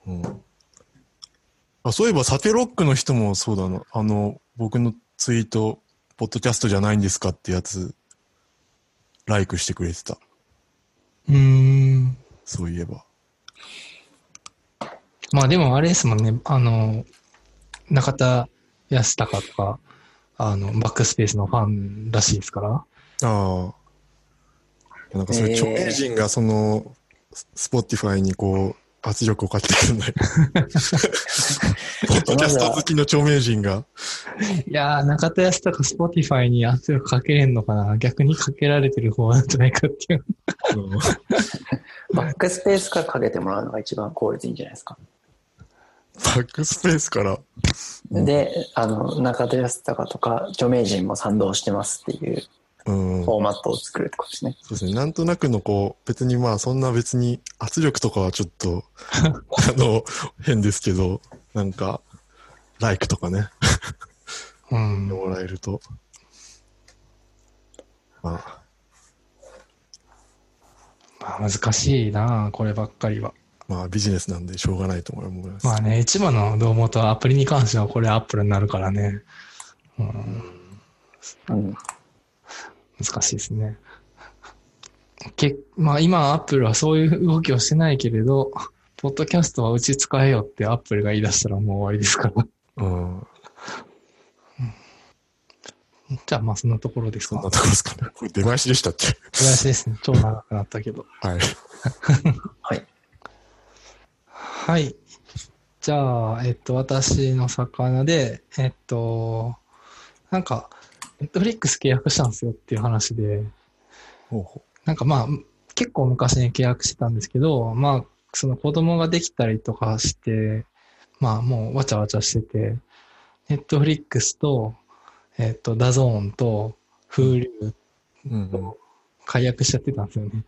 そういえばサケロックの人もそうだな。僕のツイート、ポッドキャストじゃないんですかってやつ、ライクしてくれてた。そういえば。 まあでもあれですもんね。中田康隆とか、バックスペースのファンらしいですから。 なんかそれ、著名人がスポッティファイにこう、圧力をかけてくるんだよ。ポッドキャスト好きの著名人が。 いやー、中田康とか Spotify に圧力かけれんのかな、逆にかけられてる方なんじゃないかっていう。 バックスペースからかけてもらうのが一番効率いいんじゃないですか。 バックスペースから。 で、中田康隆とか著名人も賛同してますっていうフォーマットを作るってことですね。 そうですね。なんとなくの別にそんな別に圧力とかはちょっと、変ですけど、なんか、ライクとかね。もらえると。 まあ難しいな、こればっかりは。 ビジネスなんでしょうがないと思います。 まあね、一番の胴元はアプリに関してはこれアップルになるからね。難しいですね。今アップルはそういう動きをしてないけれど、ポッドキャストはうち使えよってアップルが言い出したらもう終わりですから。じゃあそんなところですか。 そんなところですかね。これ出囃子でしたっけ？ 出囃子ですね。超長くなったけど。 はい。 はい。 はい。じゃあ、私の魚で、なんか、Netflix 契約したんですよっていう話で、なんか結構昔に契約してたんですけど、その子供ができたりとかして、もうわちゃわちゃしてて、Netflix と、ダゾーンと Hulu と解約しちゃってたんですよね。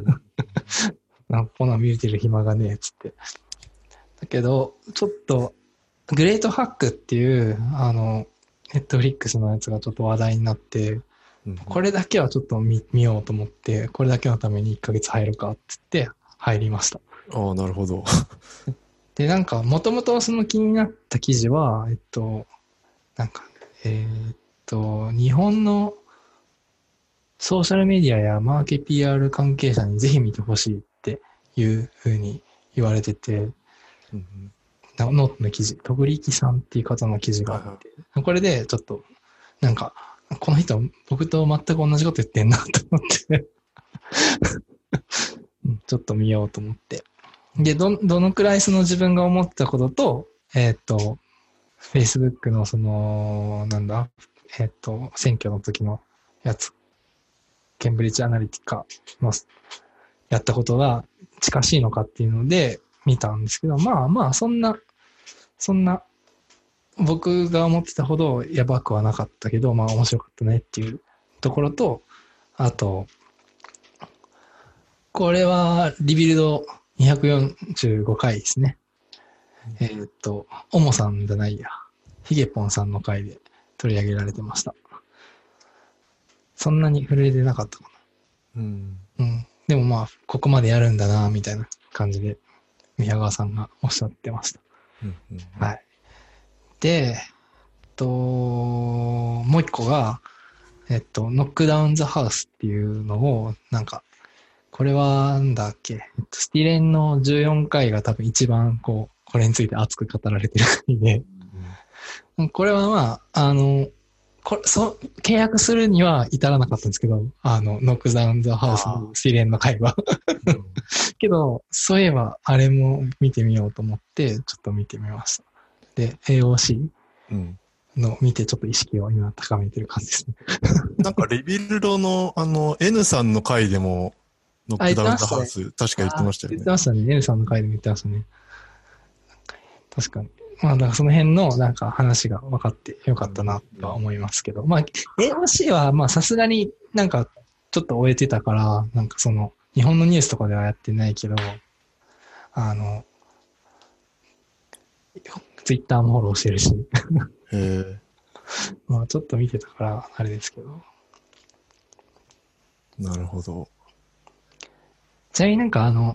こんなん見てる暇がねえ、つって。だけど、ちょっと、グレートハックっていう、Netflix のやつがちょっと話題になって、これだけはちょっと見ようと思って、これだけのために1ヶ月入るかって言って入りました。 ああ、なるほど。 で、なんか、もともとその気になった記事は、なんか、日本のソーシャルメディアやマーケ PR 関係者にぜひ見てほしいっていう風に言われてて、ノートの記事、戸栗木さんっていう方の記事があって、これでちょっと、なんか、この人僕と全く同じこと言ってんなと思ってちょっと見ようと思って。で、どのくらいその自分が思ったことと、Facebook の選挙の時のやつ、ケンブリッジアナリティカのやったことが近しいのかっていうので見たんですけど、そんな、僕が思ってたほどやばくはなかったけど、面白かったねっていうところと、あと、これはリビルド245回ですね。オモさんじゃないや、ヒゲポンさんの回で取り上げられてました。そんなに触れてなかったかな。でもここまでやるんだな、みたいな感じで、宮川さんがおっしゃってました。はい。で、もう一個が、ノックダウンザハウスっていうのを、なんか、これは、なんだっけ、スティレンの14回が多分一番これについて熱く語られてる回で、これは契約するには至らなかったんですけど、ノックダウンザハウスのスティレンの回は。けど、そういえば、あれも見てみようと思って、ちょっと見てみました。で、AOC の見てちょっと意識を今高めてる感じですね。 なんかリビルドのN さんの回でもノックダウンザハウス確か言ってましたよね。 言ってましたね。N さんの回でも言ってましたね。確かに。だからその辺のなんか話が分かってよかったなとは思いますけど、AOC はさすがになんかちょっと終えてたから、なんか日本のニュースとかではやってないけど、ツイッターもフォローしてるし。ちょっと見てたからあれですけど。 なるほど。 ちなみになんか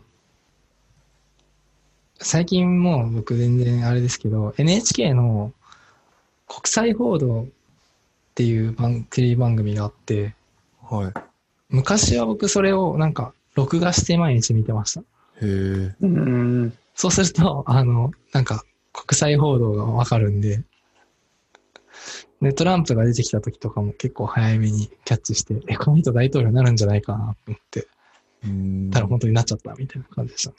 最近もう僕全然あれですけど、NHK の国際報道っていうテレビ番組があって、昔は僕それをなんか録画して毎日見てました。そうすると、なんか国際報道がわかるんで、トランプが出てきた時とかも結構早めにキャッチして、この人大統領になるんじゃないかなと思って、ただ本当になっちゃったみたいな感じでしたね。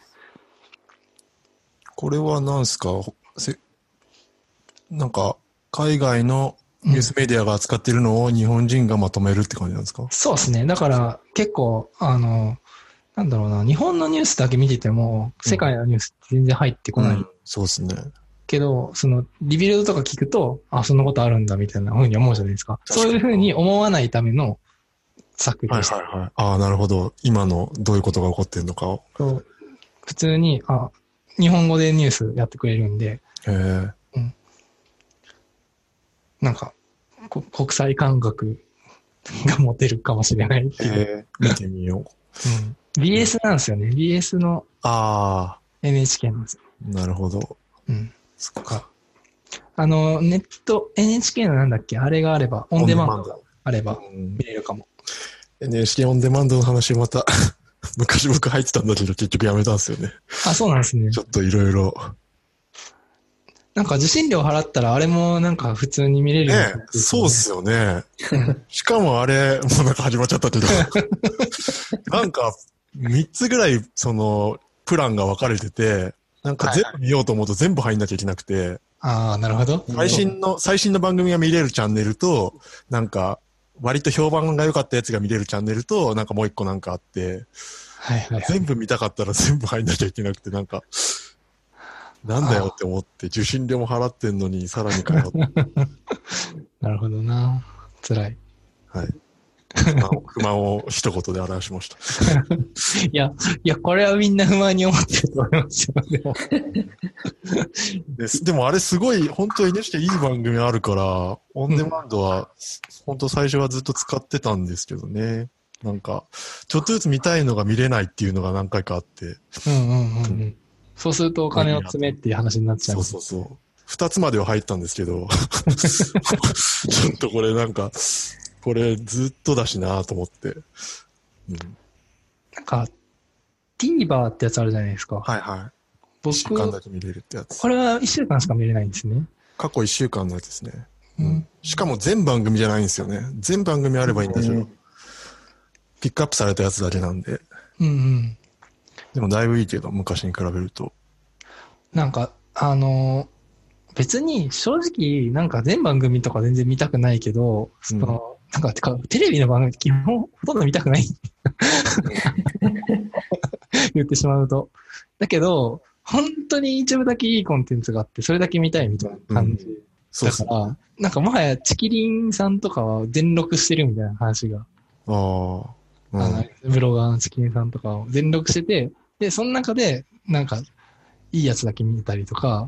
これは何すかなんか、海外のニュースメディアが扱ってるのを日本人がまとめるって感じなんですか？ そうですね。だから結構、なんだろうな、日本のニュースだけ見てても、世界のニュースって全然入ってこない。 そうですね。 けど、その、リビルドとか聞くと、あ、そんなことあるんだみたいな風に思うじゃないですか。そういう風に思わないための策でした。 はいはいはい。ああ、なるほど。今のどういうことが起こってるのかを。 普通に、日本語でニュースやってくれるんで、 へえ。 うん。なんか、国際感覚が持てるかもしれないっていう。 見てみよう。BS なんですよね。BS の NHK なんですよ。 なるほど。 うん。そっか。ネット、NHK のなんだっけあれがあれば、オンデマンドがあれば見れるかも。 NHK オンデマンドの話また、昔僕入ってたんだけど結局やめたんですよね。 あ、そうなんですね。 ちょっといろいろ。 なんか受信料払ったらあれもなんか普通に見れるようになってる、 ね。そうっすよね。しかもあれ、もうなんか始まっちゃったけど。なんか、3つぐらい、プランが分かれてて、なんか全部見ようと思うと全部入んなきゃいけなくて。 ああ、なるほど。 最新の番組が見れるチャンネルと、なんか、割と評判が良かったやつが見れるチャンネルと、なんかもう一個なんかあって、 はいはいはい、 全部見たかったら全部入んなきゃいけなくて、なんか、なんだよって思って、受信料も払ってんのにさらにかよって。 なるほどな。辛い。 はい。不満を一言で表しました。 いや、これはみんな不満に思ってると思いますよ。 でもあれすごい、本当 NHK いい番組あるから、オンデマンドは、本当最初はずっと使ってたんですけどね。なんか、ちょっとずつ見たいのが見れないっていうのが何回かあって。そうするとお金を詰めっていう話になっちゃう。そうそうそう。2つまでは入ったんですけど、ちょっとこれなんか、これずっとだしなと思って。なんか、 TVer ってやつあるじゃないですか。 はいはい。1週間だけ見れるってやつ。 これは1週間しか見れないんですね。 過去1週間のやつですね。しかも全番組じゃないんですよね。全番組あればいいんだけど、ピックアップされたやつだけなんで。でもだいぶいいけど、昔に比べると。なんか、 別に正直なんか全番組とか全然見たくないけど、なんかテレビの番組基本ほとんど見たくない言ってしまうと。だけど、本当に一部だけいいコンテンツがあって、それだけ見たいみたいな感じ。だから、なんかもはやチキリンさんとかは全録してるみたいな話が。ブロガーのチキリンさんとかを全録してて、で、その中で、なんか、いいやつだけ見たりとか、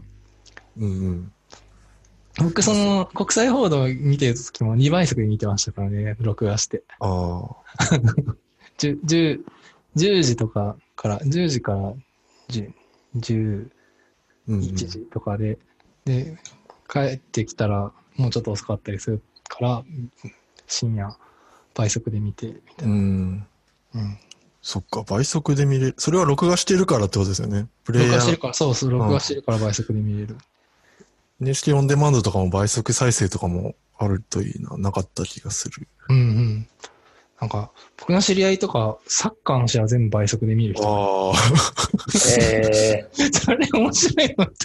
僕国際報道見てる時も2倍速で見てましたからね、録画して。10時とかから、10時から11時とかで、で、帰ってきたらもうちょっと遅かったりするから、深夜倍速で見て、みたいな。そっか、倍速で見れる。それは録画してるからってことですよね。録画してるから、そう、録画してるから倍速で見れる。NHK オンデマンドとかも倍速再生とかもあるといいな。なかった気がする。なんか、僕の知り合いとか、サッカーの試合は全部倍速で見る人。それ面白いのって。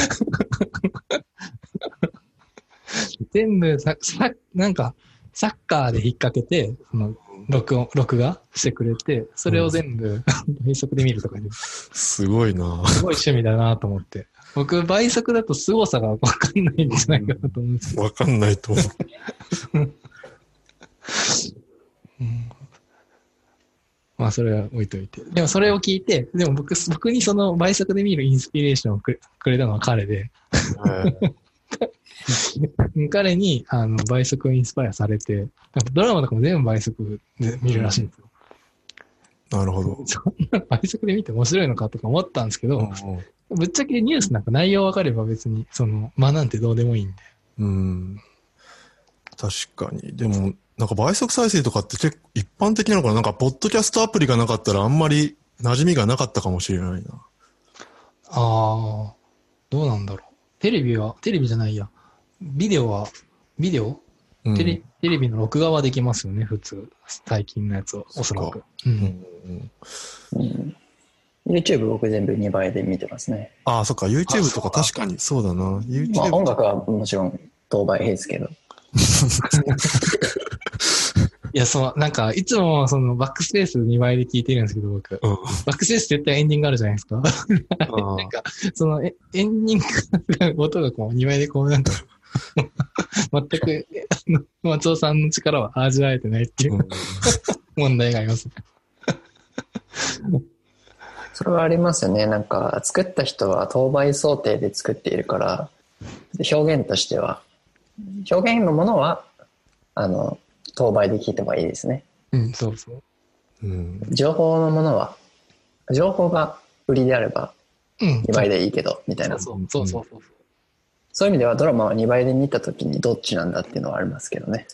全部なんか、サッカーで引っ掛けて、録画してくれて、それを全部倍速で見るとかで。すごいな。すごい趣味だなと思って。僕、倍速だと凄さがわかんないんじゃないかなと思うんですよ。わかんないと思う。まあ、それは置いといて。でも、それを聞いて、でも僕にその倍速で見るインスピレーションをくれたのは彼で。彼に、倍速をインスパイアされて、ドラマとかも全部倍速で見るらしいんですよ。なるほど。そんな倍速で見て面白いのかとか思ったんですけど、ぶっちゃけニュースなんか内容分かれば別に、なんてどうでもいいんで。確かに。でも、なんか倍速再生とかって結構一般的なのかな。なんか、ポッドキャストアプリがなかったらあんまり馴染みがなかったかもしれないな。どうなんだろう。テレビじゃないや。ビデオテレビの録画はできますよね、普通。最近のやつは、おそらく。YouTube 僕全部2倍で見てますね。そっか。YouTube とか確かにそうだな。YouTube 音楽はもちろん当倍ですけど。 いや、なんか、いつもそのバックスペース2倍で聞いてるんですけど、僕。バックスペースって絶対エンディングあるじゃないですか。なんか、そのエンディングが、音がこう2倍でこうなんか、全く松尾さんの力は味わえてないっていう、問題があります。 それはありますよね。なんか作った人は当倍想定で作っているから、表現としては表現のものは当倍で聞いてもいいですね。 そうそう。 情報のものは情報が売りであれば2倍でいいけど、みたいな。そういう意味ではドラマは2倍で見たときにどっちなんだっていうのはありますけどね。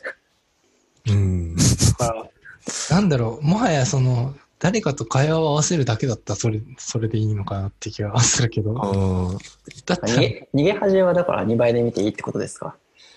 だからなんだろう、もはや誰かと会話を合わせるだけだったらそれでいいのかなって気はするけど。 だって逃げ恥はだから2倍で見ていいってことですか？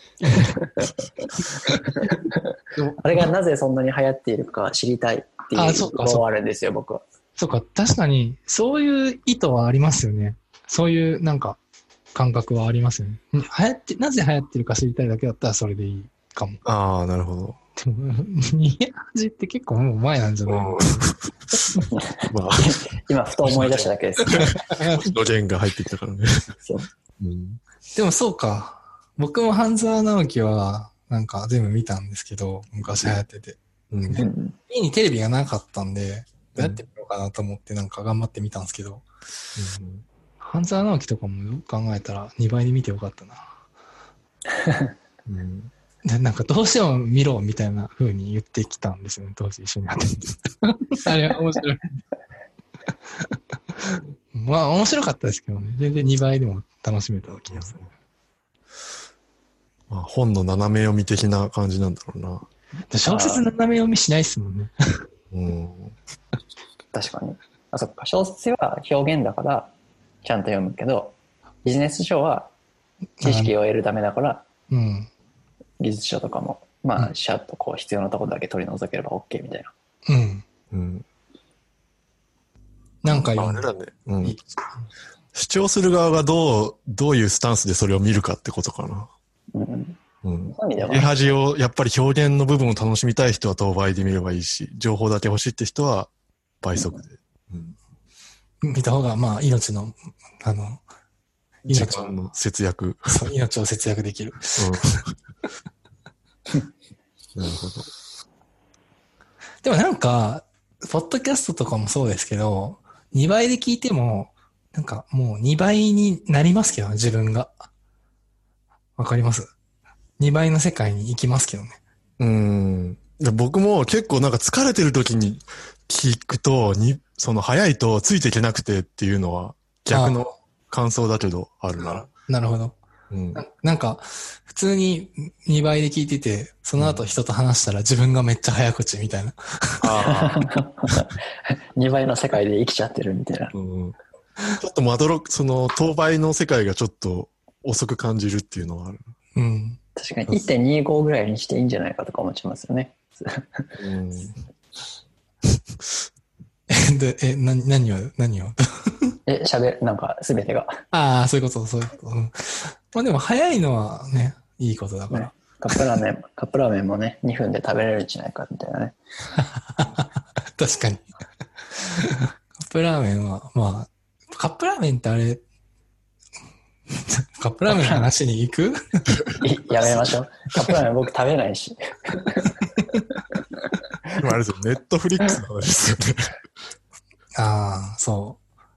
あれがなぜそんなに流行っているか知りたいっていうのがあるんですよ、僕は。 そうか、確かにそういう意図はありますよね。そういうなんか感覚はありますよね。なぜ流行ってるか知りたいだけだったらそれでいいかも。 ああ、なるほど。 でも逃げ恥って結構もう前なんじゃないの？ まあ、今ふと思い出しただけです。 の弦が入ってきたからね。そう、 でもそうか。僕も半沢直樹はなんか全部見たんですけど、昔流行ってて。家にテレビがなかったんで、どうやって見ようかなと思ってなんか頑張ってみたんですけど、半沢直樹とかもよく考えたら2倍で見てよかったな。でなんかどうしても見ろみたいな風に言ってきたんですよね、当時一緒にやってて。あれは面白い。まあ面白かったですけどね、全然2倍でも楽しめた気がする。 まあ、本の斜め読み的な感じなんだろうな。 小説斜め読みしないっすもんね。 確かに。そっか。小説は表現だからちゃんと読むけど、ビジネス書は知識を得るためだから、技術書とかもまあシャッとこう必要なところだけ取り除ければ OK みたいな。 なんかあれだね。主張する側がどういうスタンスでそれを見るかってことかな。逃げ恥をやっぱり表現の部分を楽しみたい人は当倍で見ればいいし、情報だけ欲しいって人は倍速で。 見た方がまあ命の時間の節約。 そう、命を節約できる。 なるほど。 でもなんか、ポッドキャストとかもそうですけど、2倍で聞いても、なんかもう2倍になりますけどね、自分が。わかります？ 2 倍の世界に行きますけどね。 僕も結構なんか疲れてる時に聞くと、早いとついていけなくてっていうのは逆の感想だけどあるな。 なるほど。なんか、普通に2倍で聞いてて、その後人と話したら自分がめっちゃ早口みたいな。 2倍の世界で生きちゃってるみたいな。 ちょっと当倍の世界がちょっと遅く感じるっていうのはある。 確かに 1.25 ぐらいにしていいんじゃないかとか思っちゃいますよね。 で、何をなんか全てが。 ああ、そういうこと。まあでも早いのはね、いいことだから。ね、 カップラーメンもね、2分で食べれるんじゃないかみたいなね。 確かに。カップラーメンは、まあ、カップラーメンってあれ、カップラーメンの話に行く？ やめましょう。カップラーメン僕食べないし。 今あれですよ、ネットフリックスの話ですよね。 ああ、そう。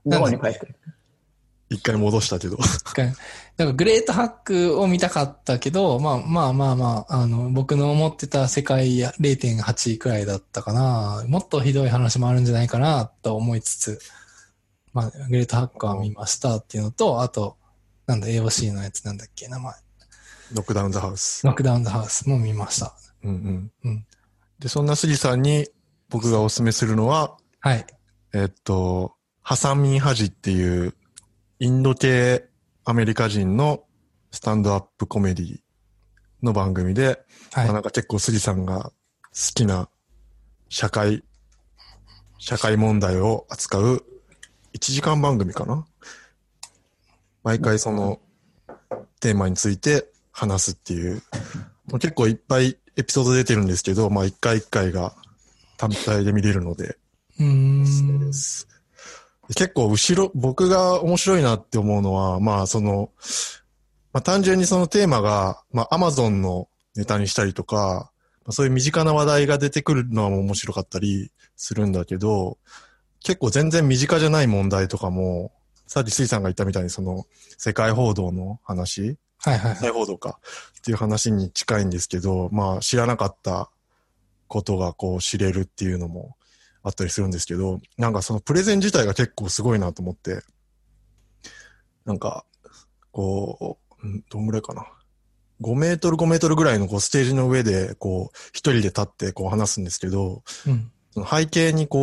どこに帰ってる？ 一回戻したけど。 なんかグレートハックを見たかったけど、まあ、僕の思ってた世界 0.8 くらいだったかな。もっとひどい話もあるんじゃないかなと思いつつ、まあ、グレートハックは見ましたっていうのと、あと、AOC のやつなんだっけ、名前。 ノックダウンザハウス。 ノックダウンザハウスも見ました。 で、そんな杉さんに僕がお勧めするのは、 はい。 ハサミン・ハジっていうインド系アメリカ人のスタンドアップコメディの番組で、なんか結構杉さんが好きな社会問題を扱う1時間番組かな。毎回そのテーマについて話すっていう結構いっぱいエピソード出てるんですけど、まあ一回一回が単体で見れるので。結構僕が面白いなって思うのは、まあ単純にそのテーマが、まあ Amazon のネタにしたりとか、そういう身近な話題が出てくるのは面白かったりするんだけど、結構全然身近じゃない問題とかも、さっき水さんが言ったみたいに世界報道の話、 はいはい。 世界報道かっていう話に近いんですけど、まあ知らなかったことが知れるっていうのもあったりするんですけど、なんかそのプレゼン自体が結構すごいなと思って、なんか、どんぐらいかな。5メートル5メートルぐらいのステージの上で一人で立って話すんですけど、その背景にデ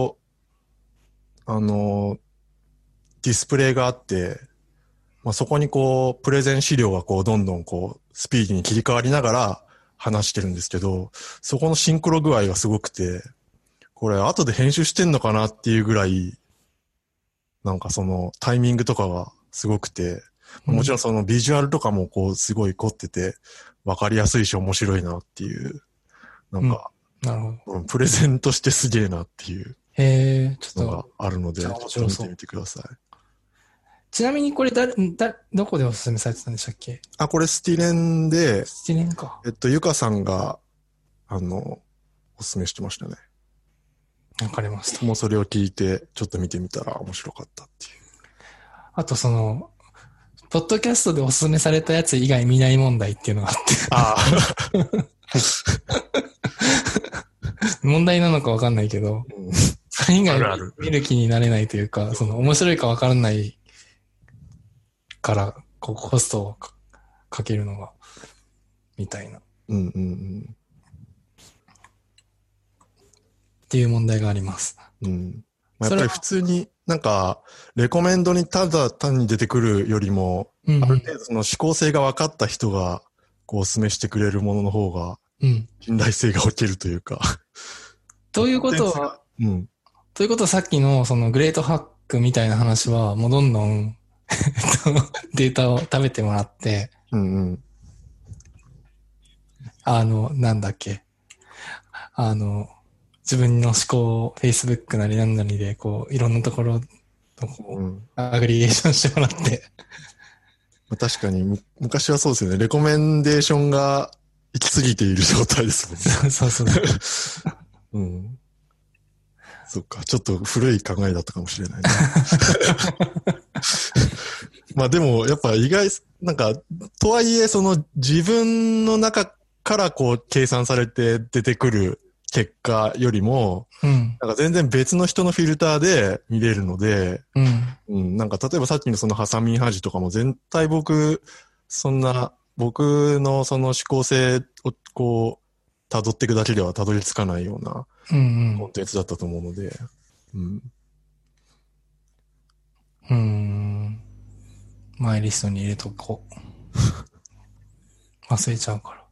ィスプレイがあって、まあ、そこにプレゼン資料がどんどんスピーディーに切り替わりながら話してるんですけど、そこのシンクロ具合がすごくて、これ後で編集してんのかなっていうぐらい、なんかタイミングとかがすごくて、もちろんビジュアルとかもすごい凝ってて、わかりやすいし面白いなっていう、なんか、 なるほど。 プレゼンとしてすげえなっていうのがあるので、ちょっと見てみてください。 ちなみにこれどこでおすすめされてたんでしたっけ？ これスティレンで、 スティレンか。 ゆかさんが、おすすめしてましたね。 わかりました。 もうそれを聞いて、ちょっと見てみたら面白かったっていう。 あとポッドキャストでおすすめされたやつ以外見ない問題っていうのがあって。ああ。問題なのかわかんないけど、それ以外見る気になれないというか、面白いかわからないから、コストをかけるのが、みたいな。っていう問題があります。 やっぱり普通になんか、レコメンドにただ単に出てくるよりも、ある程度指向性が分かった人がお勧めしてくれるものの方が、信頼性が起きるというか。 ということは、さっきのグレートハックみたいな話は、もうどんどん、データを食べてもらって、なんだっけ、自分の思考を Facebook なりなんなりで、いろんなところアグリゲーションしてもらって。 確かに、昔はそうですよね。レコメンデーションが行き過ぎている状態ですもんね。 そう。 そっか、ちょっと古い考えだったかもしれないね。まあでも、やっぱ意外、なんか、とはいえ、自分の中から計算されて出てくる結果よりも、なんか全然別の人のフィルターで見れるので、なんか例えばさっきのハサミンハジとかも全体僕の思考性を辿っていくだけでは辿り着かないようなコンテンツだったと思うので、 マイリストに入れとこう。忘れちゃうから。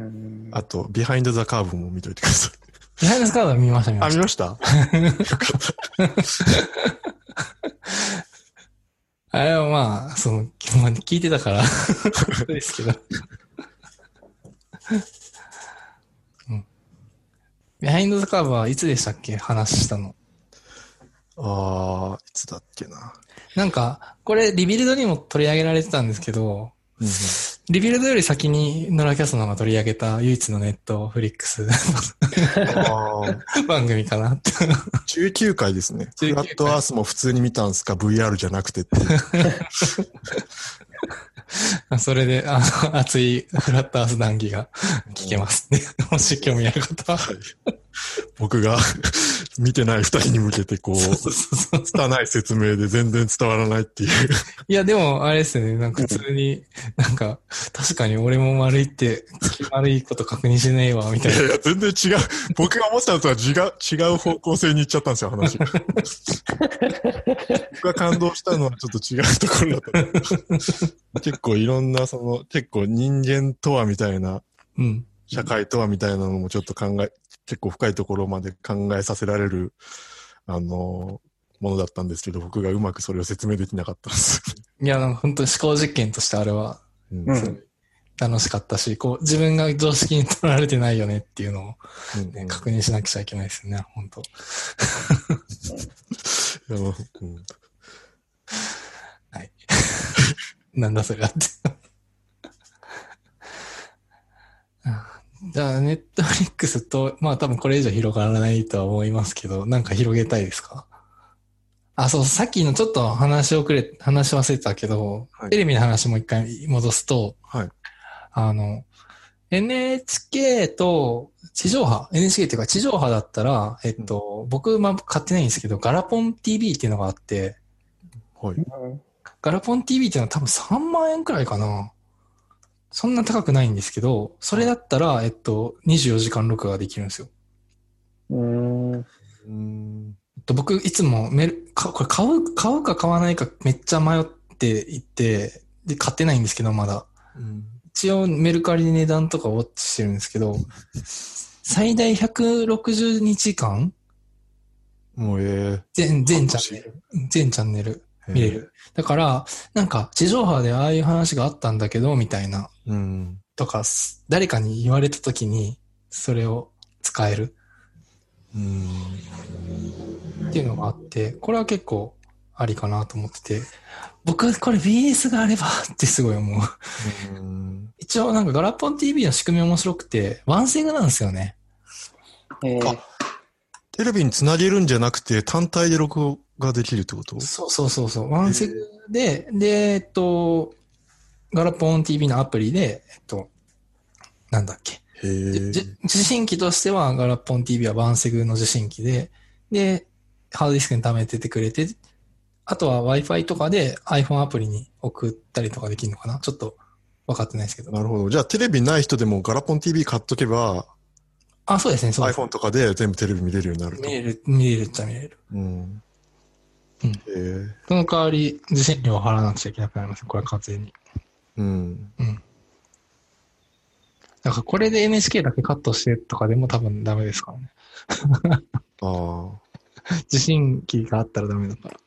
あと、ビハインドザカーブも見といてください。 ビハインドザカーブは見ました。 見ましたよかった。 あれはまあ、聞いてたから、ですけど。ビハインドザカーブはいつでしたっけ？話したの。 いつだっけな。 なんか、これリビルドにも取り上げられてたんですけど、リビルドより先にノラキャストの方が取り上げた唯一のネットフリックス番組かなって。 19回ですね。フラットアースも普通に見たんすか ?VR じゃなくてって。 それで、熱いフラットアース談義が聞けますね。もし興味ある方は。はい、 僕が見てない二人に向けて拙い説明で全然伝わらないっていう。 いや、でも、あれですね。なんか普通に、なんか、確かに俺も悪いこと確認しねえわ、みたいな。 いや、全然違う。僕が思ったのとは違う方向性に行っちゃったんですよ、話が。僕が感動したのはちょっと違うところだった。結構いろんな、結構人間とはみたいな、社会とはみたいなのもちょっと結構深いところまで考えさせられる、ものだったんですけど、僕がうまくそれを説明できなかったんです。 いや、本当に思考実験としてあれは、 楽しかったし、こう、自分が常識に取られてないよねっていうのを、ね、 うん、 確認しなくちゃいけないですね、本当はい。なんだそれはって。じゃあ、ネットフリックスと、まあ多分これ以上広がらないとは思いますけど、なんか広げたいですか？あ、そう、さっきのちょっと話忘れてたけど、はい、テレビの話もう一回戻すと、 はい、 NHK と地上波、NHK っていうか地上波だったら、僕、まあ、買ってないんですけど、ガラポン TV っていうのがあって、 はい。 ガラポン TV っていうのは多分3万円くらいかな。そんな高くないんですけど、それだったら、24時間録画できるんですよ。僕、いつもこれ買うか買わないかめっちゃ迷っていて、で、買ってないんですけど、まだ。一応メルカリで値段とかウォッチしてるんですけど、最大160日間もう全チャンネル見れる。だから、なんか地上波でああいう話があったんだけど、みたいな。とか、誰かに言われたときに、それを使える。っていうのがあって、これは結構ありかなと思ってて、僕これ BS があればってすごい思う。一応なんかガラポン TV の仕組み面白くて、ワンセグなんですよね。 テレビにつなげるんじゃなくて単体で録画できるってこと？ そう。ワンセグで、ガラポン TV のアプリで、なんだっけ。受信機としてはガラポン TV はワンセグの受信機で、ハードディスクに貯めててくれて、あとは Wi-Fi とかで iPhone アプリに送ったりとかできるのかな？ちょっと分かってないですけど。 なるほど。じゃあテレビない人でもガラポン TV 買っとけば、 そうですね、そうです。 iPhone とかで全部テレビ見れるようになると。 見れるっちゃ見れる。その代わり受信料を払わなくちゃいけなくなります。これは完全に。だからこれで NHK だけカットしてとかでも多分ダメですからね。受信機があったらダメだから。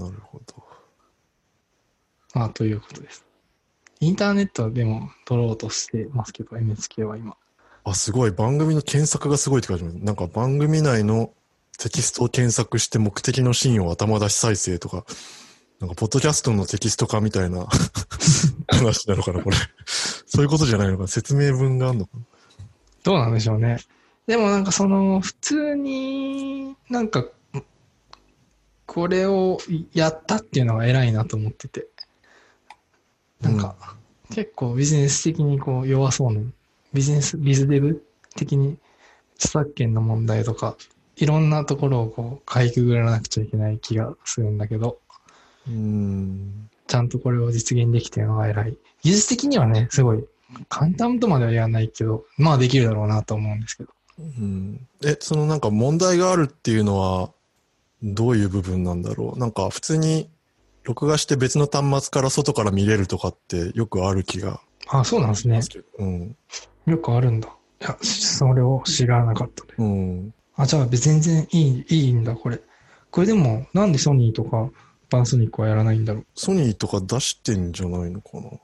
なるほど。 ということです。インターネットでも撮ろうとしてますけど、NHK は今。 すごい。番組の検索がすごいって書いてます。なんか番組内のテキストを検索して目的のシーンを頭出し再生とか、なんかポッドキャストのテキスト化みたいな話なのかな、これ。そういうことじゃないのかな。説明文があるのかな。 どうなんでしょうね。でもなんか普通になんか、これをやったっていうのが偉いなと思ってて。なんか、結構ビジネス的にこう弱そうな、ビズデブ的に著作権の問題とか、いろんなところをこう、かいくぐらなくちゃいけない気がするんだけど、ちゃんとこれを実現できてるのが偉い。技術的にはね、すごい、簡単とまでは言わないけど、まあできるだろうなと思うんですけど。 そのなんか問題があるっていうのは、どういう部分なんだろう。なんか普通に、録画して別の端末から外から見れるとかってよくある気が。 そうなんですね。よくあるんだ。いや、それを知らなかったね。じゃあ全然いいんだ、これ。これでも、なんでソニーとかパナソニックはやらないんだろう。 ソニーとか出してんじゃないのかな。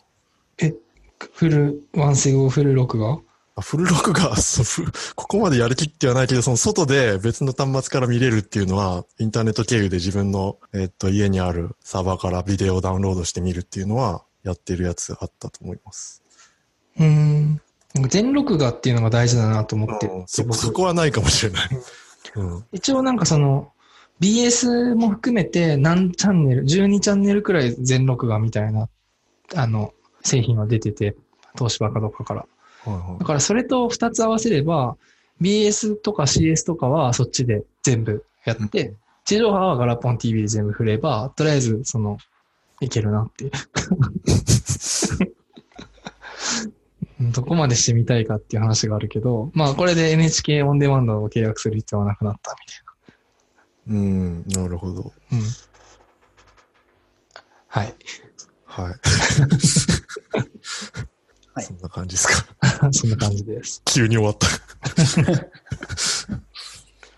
ワンセグフル録画？ フル録画、ここまでやりきってはないけど、その外で別の端末から見れるっていうのは、インターネット経由で自分の、家にあるサーバーからビデオをダウンロードして見るっていうのは、やってるやつあったと思います。 全録画っていうのが大事だなと思って。 そこはないかもしれない。 一応なんかBS も含めて何チャンネル、12チャンネルくらい全録画みたいな、製品が出てて、東芝かどっかから。だからそれと2つ合わせれば、BS とか CS とかはそっちで全部やって、地上波はガラポン TV で全部振れば、とりあえずいけるなっていう。どこまでしてみたいかっていう話があるけど、まあこれで NHK オンデマンドを契約する必要はなくなったみたいな。なるほど。 はい。 はい。そんな感じですか。そんな感じです。 急に終わった。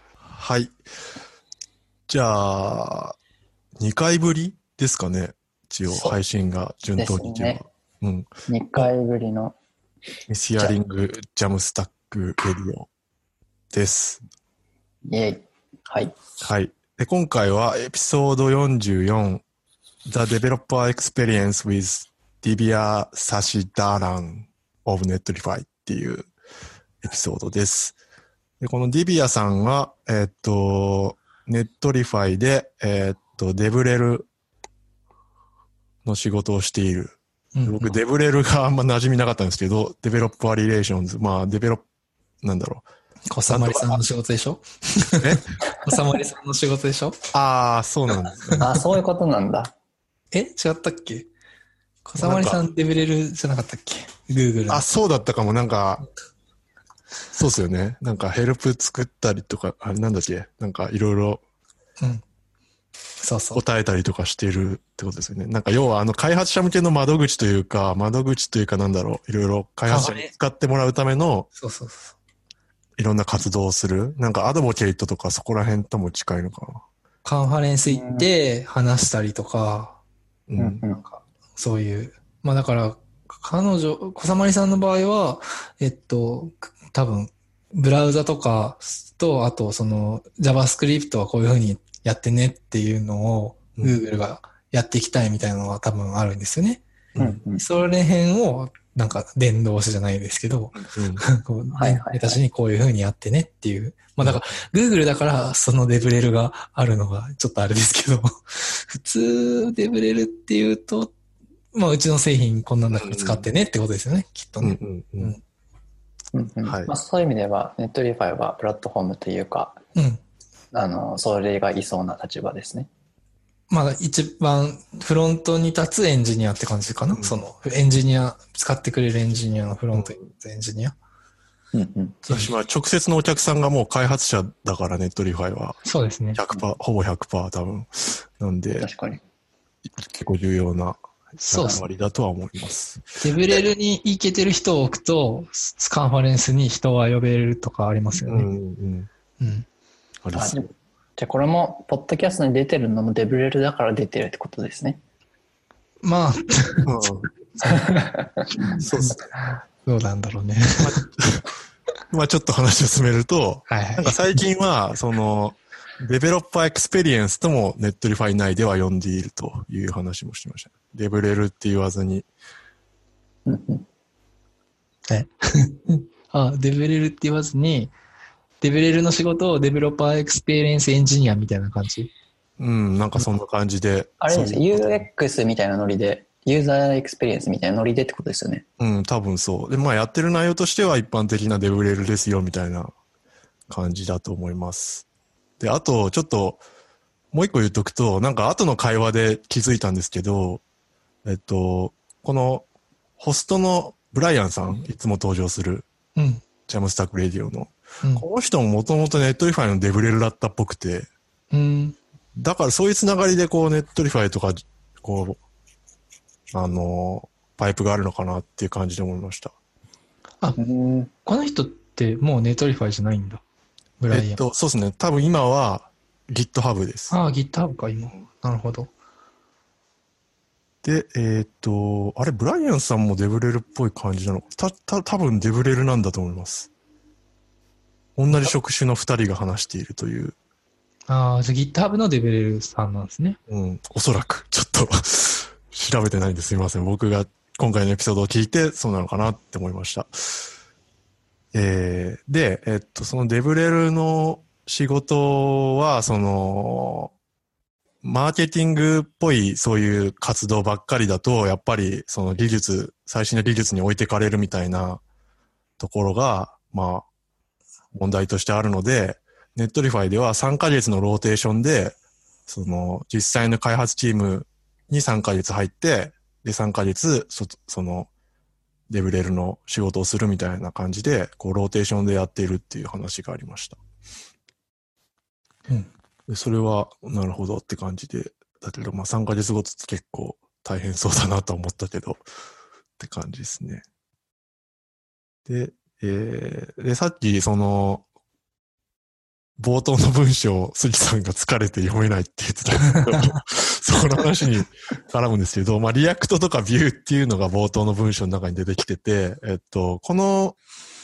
はい。じゃあ、2回ぶりですかね。 一応配信が順当にいけば。 ね、うん。2回ぶりの。 ミスヒアリングジャムスタックレディオです。 イェイ。はい。 はい。で、今回はエピソード44、The Developer Experience with Divya Sasidaran of Netlify っていうエピソードです。で、このディビアさんは、Netlify で、デブレルの仕事をしている。僕、デブレルがあんま馴染みなかったんですけど、デベロッパーリレーションズ、まあ、なんだろう。小さまりさんの仕事でしょ小さまりさんの仕事でしょああ、そうなんですね。 ああ、そういうことなんだ。 違ったっけ小さまりさんデブレルじゃなかったっけ ?Google。 あ、そうだったかも。なんか、そうっすよね。なんかヘルプ作ったりとか、あれなんだっけなんかいろいろ。 うん。そうそう。 答えたりとかしてるってことですよね。なんか要は開発者向けの窓口というかなんだろう、いろいろ開発者に使ってもらうための、 そうそうそう。 いろんな活動をする。なんかアドボケイトとかそこら辺とも近いのかな。 カンファレンス行って話したりとか、 なんかそういう。まあだから、小さまりさんの場合は、多分、ブラウザとかと、あとJavaScript はこういうふうにやってねっていうのを Google がやっていきたいみたいなのが多分あるんですよね。それ辺をなんか伝道師じゃないですけど、私にこういう風にやってねっていう。まあだから Google だからそのデブレルがあるのがちょっとあれですけど、普通デブレルっていうと、まあうちの製品こんなんだから使ってねってことですよね、きっとね。 まあそういう意味では Netlify はプラットフォームというか、それがいそうな立場ですね。 まあ一番フロントに立つエンジニアって感じかな。そのエンジニア、使ってくれるエンジニアのフロントに立つエンジニア。 私は直接のお客さんがもう開発者だからネットリファイは。 そうですね。 100%、ほぼ 100% 多分。なんで、 確かに結構重要な役割だとは思います。 デブレルに行けてる人を置くと、カンファレンスに人は呼べるとかありますよね。 ありそう。じゃあこれも、ポッドキャストに出てるのもデブレルだから出てるってことですね。 まあ。 そうっすね。 どうなんだろうね。 まあちょっと話を進めると、なんか最近は、デベロッパーエクスペリエンスともネットリファイ内では呼んでいるという話もしてました。デブレルって言わずに。 デブレルって言わずに、デブレルの仕事をデベロッパーエクスペリエンスエンジニアみたいな感じ。 なんかそんな感じで。 あれです。UX みたいなノリで、ユーザーエクスペリエンスみたいなノリでってことですよね。 多分そう。で、まあやってる内容としては一般的なデブレルですよみたいな感じだと思います。で、あとちょっともう一個言っとくと、なんか後の会話で気づいたんですけど、このホストのブライアンさん、いつも登場する、ジャムスタックレディオの、この人ももともとネットリファイのデブレルだったっぽくて、だからそういうつながりでこうネットリファイとか、こう、パイプがあるのかなっていう感じで思いました。 この人ってもうネットリファイじゃないんだ。ブライアン。 そうですね。多分今は GitHub です。 GitHub か今。なるほど。 で、あれ、ブライアンさんもデブレルっぽい感じなの多分デブレルなんだと思います。同じ職種の二人が話しているという。 じゃあ GitHub のデブレルさんなんですね。 おそらく。ちょっと調べてないんですいません。僕が今回のエピソードを聞いてそうなのかなって思いました。で、そのデブレルの仕事は、マーケティングっぽいそういう活動ばっかりだと、やっぱりその最新の技術に置いてかれるみたいなところが、まあ、問題としてあるので、ネットリファイでは3ヶ月のローテーションで、実際の開発チームに3ヶ月入って、で、3ヶ月、デブレルの仕事をするみたいな感じで、こう、ローテーションでやっているっていう話がありました。でそれは、なるほどって感じで、だけど、まあ、3ヶ月後って結構大変そうだなと思ったけど、って感じですね。で、さっき、冒頭の文章を杉さんが疲れて読めないって言ってたんですけど、 そこの話に絡むんですけど、まあ、リアクトとかビューっていうのが冒頭の文章の中に出てきてて、この、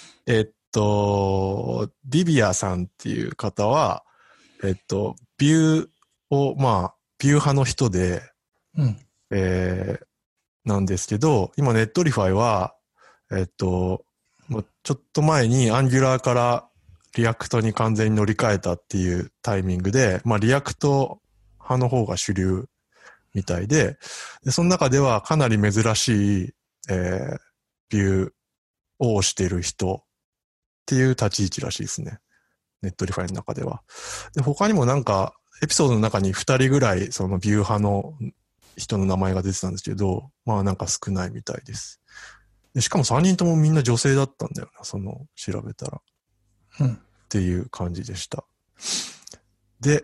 リビアさんっていう方は、ビューを、まあ、ビュー派の人で、 うん。 なんですけど、今、ネットリファイは、もうちょっと前にアンギュラーからリアクトに完全に乗り換えたっていうタイミングで、まあ、リアクト派の方が主流みたいで、その中ではかなり珍しい、ビューをしている人っていう立ち位置らしいですね。ネットリファイの中では。で、他にもなんか、エピソードの中に2人ぐらいそのビュー派の人の名前が出てたんですけど、まあなんか少ないみたいです。でしかも3人ともみんな女性だったんだよな、調べたら。 うん。 っていう感じでした。で、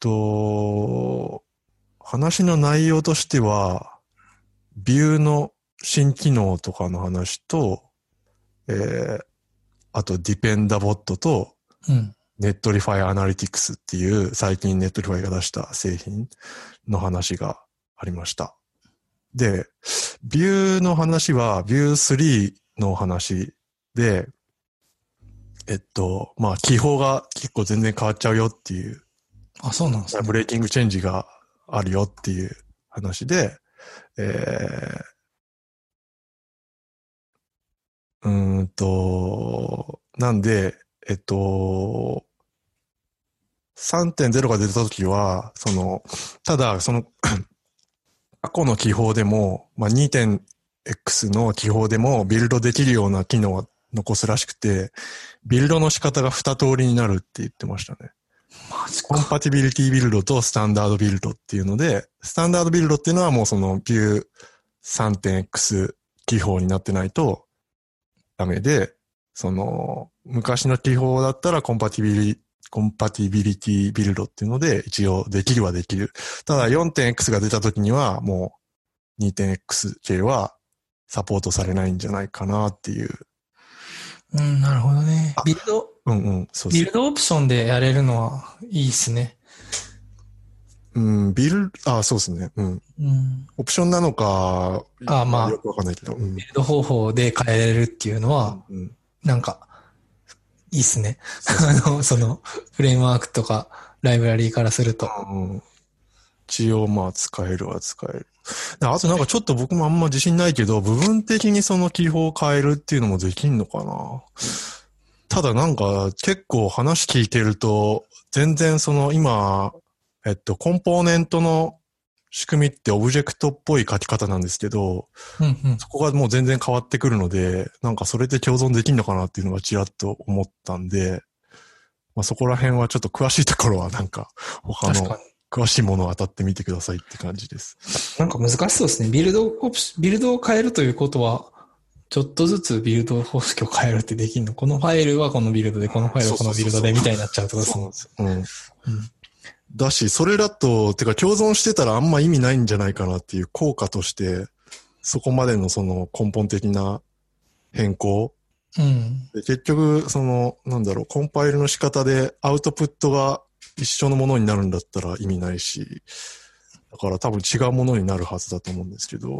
話の内容としては、ビューの新機能とかの話と、あとディペンダボットと、ネットリファイアナリティクスっていう最近ネットリファイが出した製品の話がありました。で、ビューの話はビュー3の話で、まあ、記法が結構全然変わっちゃうよっていう。 あ、そうなんですね。 ブレイキングチェンジがあるよっていう話で、なんで、3.0 が出たときは、ただ、過去の記法でも、まあ、2.x の記法でもビルドできるような機能は残すらしくて、ビルドの仕方が2通りになるって言ってましたね。 マジか。 コンパティビリティビルドとスタンダードビルドっていうので、スタンダードビルドっていうのはもうビュー 3.x 記法になってないとダメで、昔の記法だったらコンパティビリティビルドっていうので一応できるはできる。ただ 4.x が出た時にはもう 2.x 系はサポートされないんじゃないかなっていう。 うん、なるほどね。ビルドオプションでやれるのはいいですね。 うん、そうですね。うん。オプションなのか、 まあ、 よくわかんないけど。 ビルド方法で変えれるっていうのは、なんか、いいっすね。フレームワークとか、ライブラリーからすると。 一応、まあ、使えるは使える。あとなんかちょっと僕もあんま自信ないけど、部分的にその記法を変えるっていうのもできんのかな。ただなんか結構話聞いてると、全然今、コンポーネントの仕組みってオブジェクトっぽい書き方なんですけど、そこがもう全然変わってくるので、なんかそれで共存できんのかなっていうのがちらっと思ったんで、まあ、そこら辺はちょっと詳しいところはなんか他の詳しいものを当たってみてくださいって感じです。 なんか難しそうですね。ビルドを変えるということは、ちょっとずつビルド方式を変えるってできるの？このファイルはこのビルドで、このファイルはこのビルドでみたいになっちゃうってことですね。 だし、それだと、てか共存してたらあんま意味ないんじゃないかなっていう効果として、そこまでの根本的な変更。で結局、コンパイルの仕方でアウトプットが一緒のものになるんだったら意味ないし、だから多分違うものになるはずだと思うんですけど、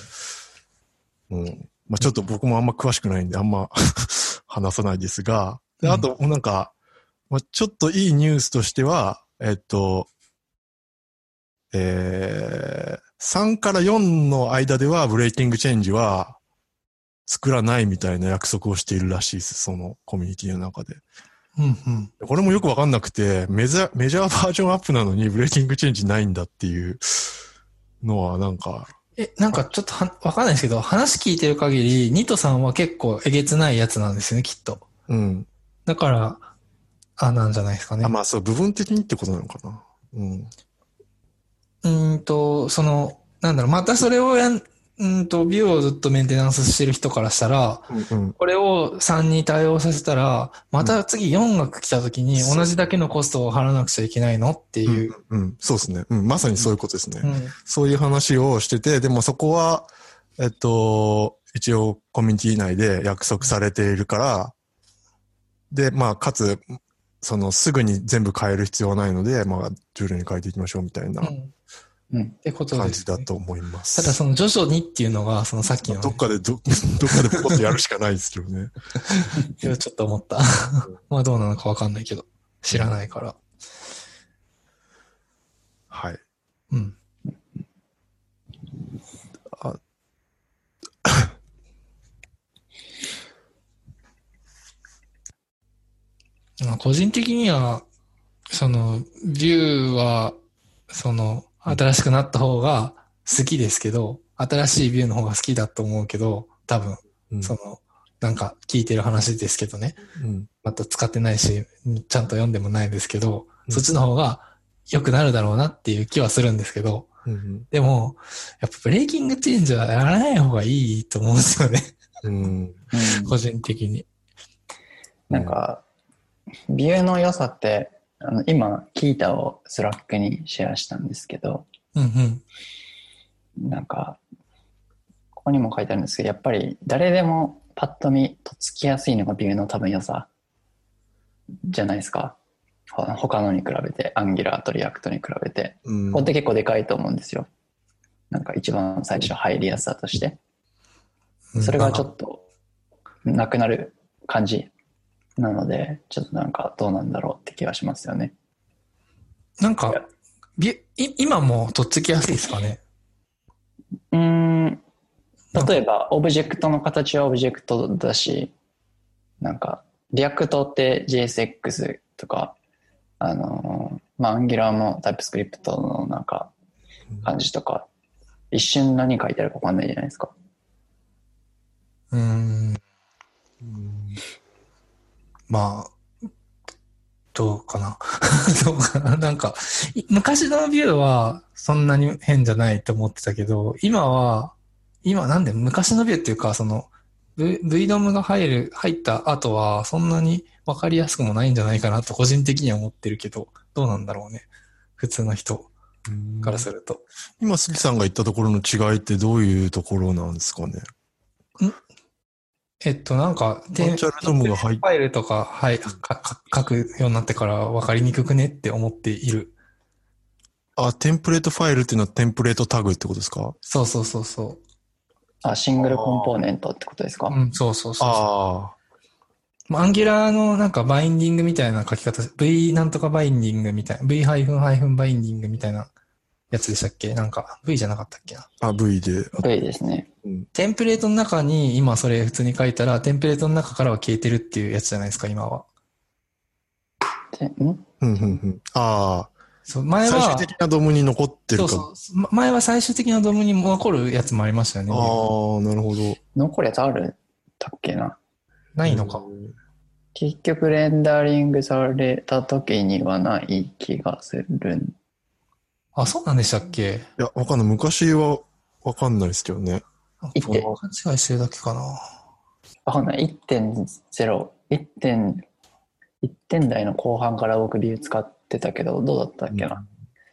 まあちょっと僕もあんま詳しくないんであんま話さないですが、であとなんか、まあ、ちょっといいニュースとしては、3から4の間ではブレイキングチェンジは作らないみたいな約束をしているらしいです。そのコミュニティの中で。これもよくわかんなくて、メジャーバージョンアップなのにブレイキングチェンジないんだっていうのはなんか。 なんかちょっとわかんないですけど、話聞いてる限り、ニトさんは結構えげつないやつなんですよね、きっと。だから、なんじゃないですかね。 まあそう、部分的にってことなのかな。 またそれをビューをずっとメンテナンスしてる人からしたら、これを3に対応させたら、また次4が来た時に同じだけのコストを払わなくちゃいけないのっていう。 そうですね。まさにそういうことですね。そういう話をしてて、でもそこは、一応コミュニティ内で約束されているから、で、まあ、かつ、すぐに全部変える必要はないので、まあ、徐々に変えていきましょうみたいなってこと感ですね。 じだと思います。 ただその徐々にっていうのが、そのさっきの、ね、 どっかでポッとやるしかないですよね。 ちょっと思った。まあどうなのかわかんないけど、知らないから。 はい。 うん。個人的には、その、ビューは、その、新しくなった方が好きですけど、新しいビューの方が好きだと思うけど、多分、その、なんか聞いてる話ですけどね。また使ってないし、ちゃんと読んでもないですけど、そっちの方が良くなるだろうなっていう気はするんですけど、でも、やっぱブレイキングチェンジはやらない方がいいと思うんですよね。個人的に。 なんか、ビューの良さって、今、キータをスラックにシェアしたんですけど、なんか、ここにも書いてあるんですけど、やっぱり誰でもパッと見とっつきやすいのがビューの多分良さじゃないですか。他のに比べて、アンギュラーとリアクトに比べて。これって結構でかいと思うんですよ。なんか一番最初入りやすさとして。それがちょっとなくなる感じなので、ちょっとなんかどうなんだろうって気がしますよね。 なんか、今もとっつきやすいですかね。 例えば、オブジェクトの形はオブジェクトだし、なんか、リアクトって JSX とか、アンギュラーもタイプスクリプトのなんか、感じとか、一瞬何書いてあるか分かんないじゃないですか。 まあ、どうかな。どうかな。なんか、昔のビューはそんなに変じゃないと思ってたけど、今なんで昔のビューっていうか、その、VDOM が入った後はそんなに分かりやすくもないんじゃないかなと個人的には思ってるけど、どうなんだろうね。普通の人からすると。 今、杉さんが言ったところの違いってどういうところなんですかね。 なんか、 テンプレートがファイルとか、書くようになってから分かりにくくねって思っている。 テンプレートファイルっていうのはテンプレートタグってことですか？ そう。 シングルコンポーネントってことですか？ そう。アンギュラーのなんかバインディングみたいな書き方、V なんとかバインディングみたいな、V-バインディングみたいなやつでしたっけ？なんか V じゃなかったっけな。 V で。 V ですね。 テンプレートの中に今それ普通に書いたら、テンプレートの中からは消えてるっていうやつじゃないですか、今は。そう、前は。 最終的なドムに残ってるか。 そう。前は最終的なドムに残るやつもありましたよね。 なるほど。 残るやつあるだっけな。 ないのか。 結局レンダリングされた時にはない気がする。 そうなんでしたっけ？ いや、わかんない。昔はわかんないですけどね。 勘違いしてるだけかな。 わかんない。1.0、1点台の後半から僕ビュー使ってたけど、どうだったっけな。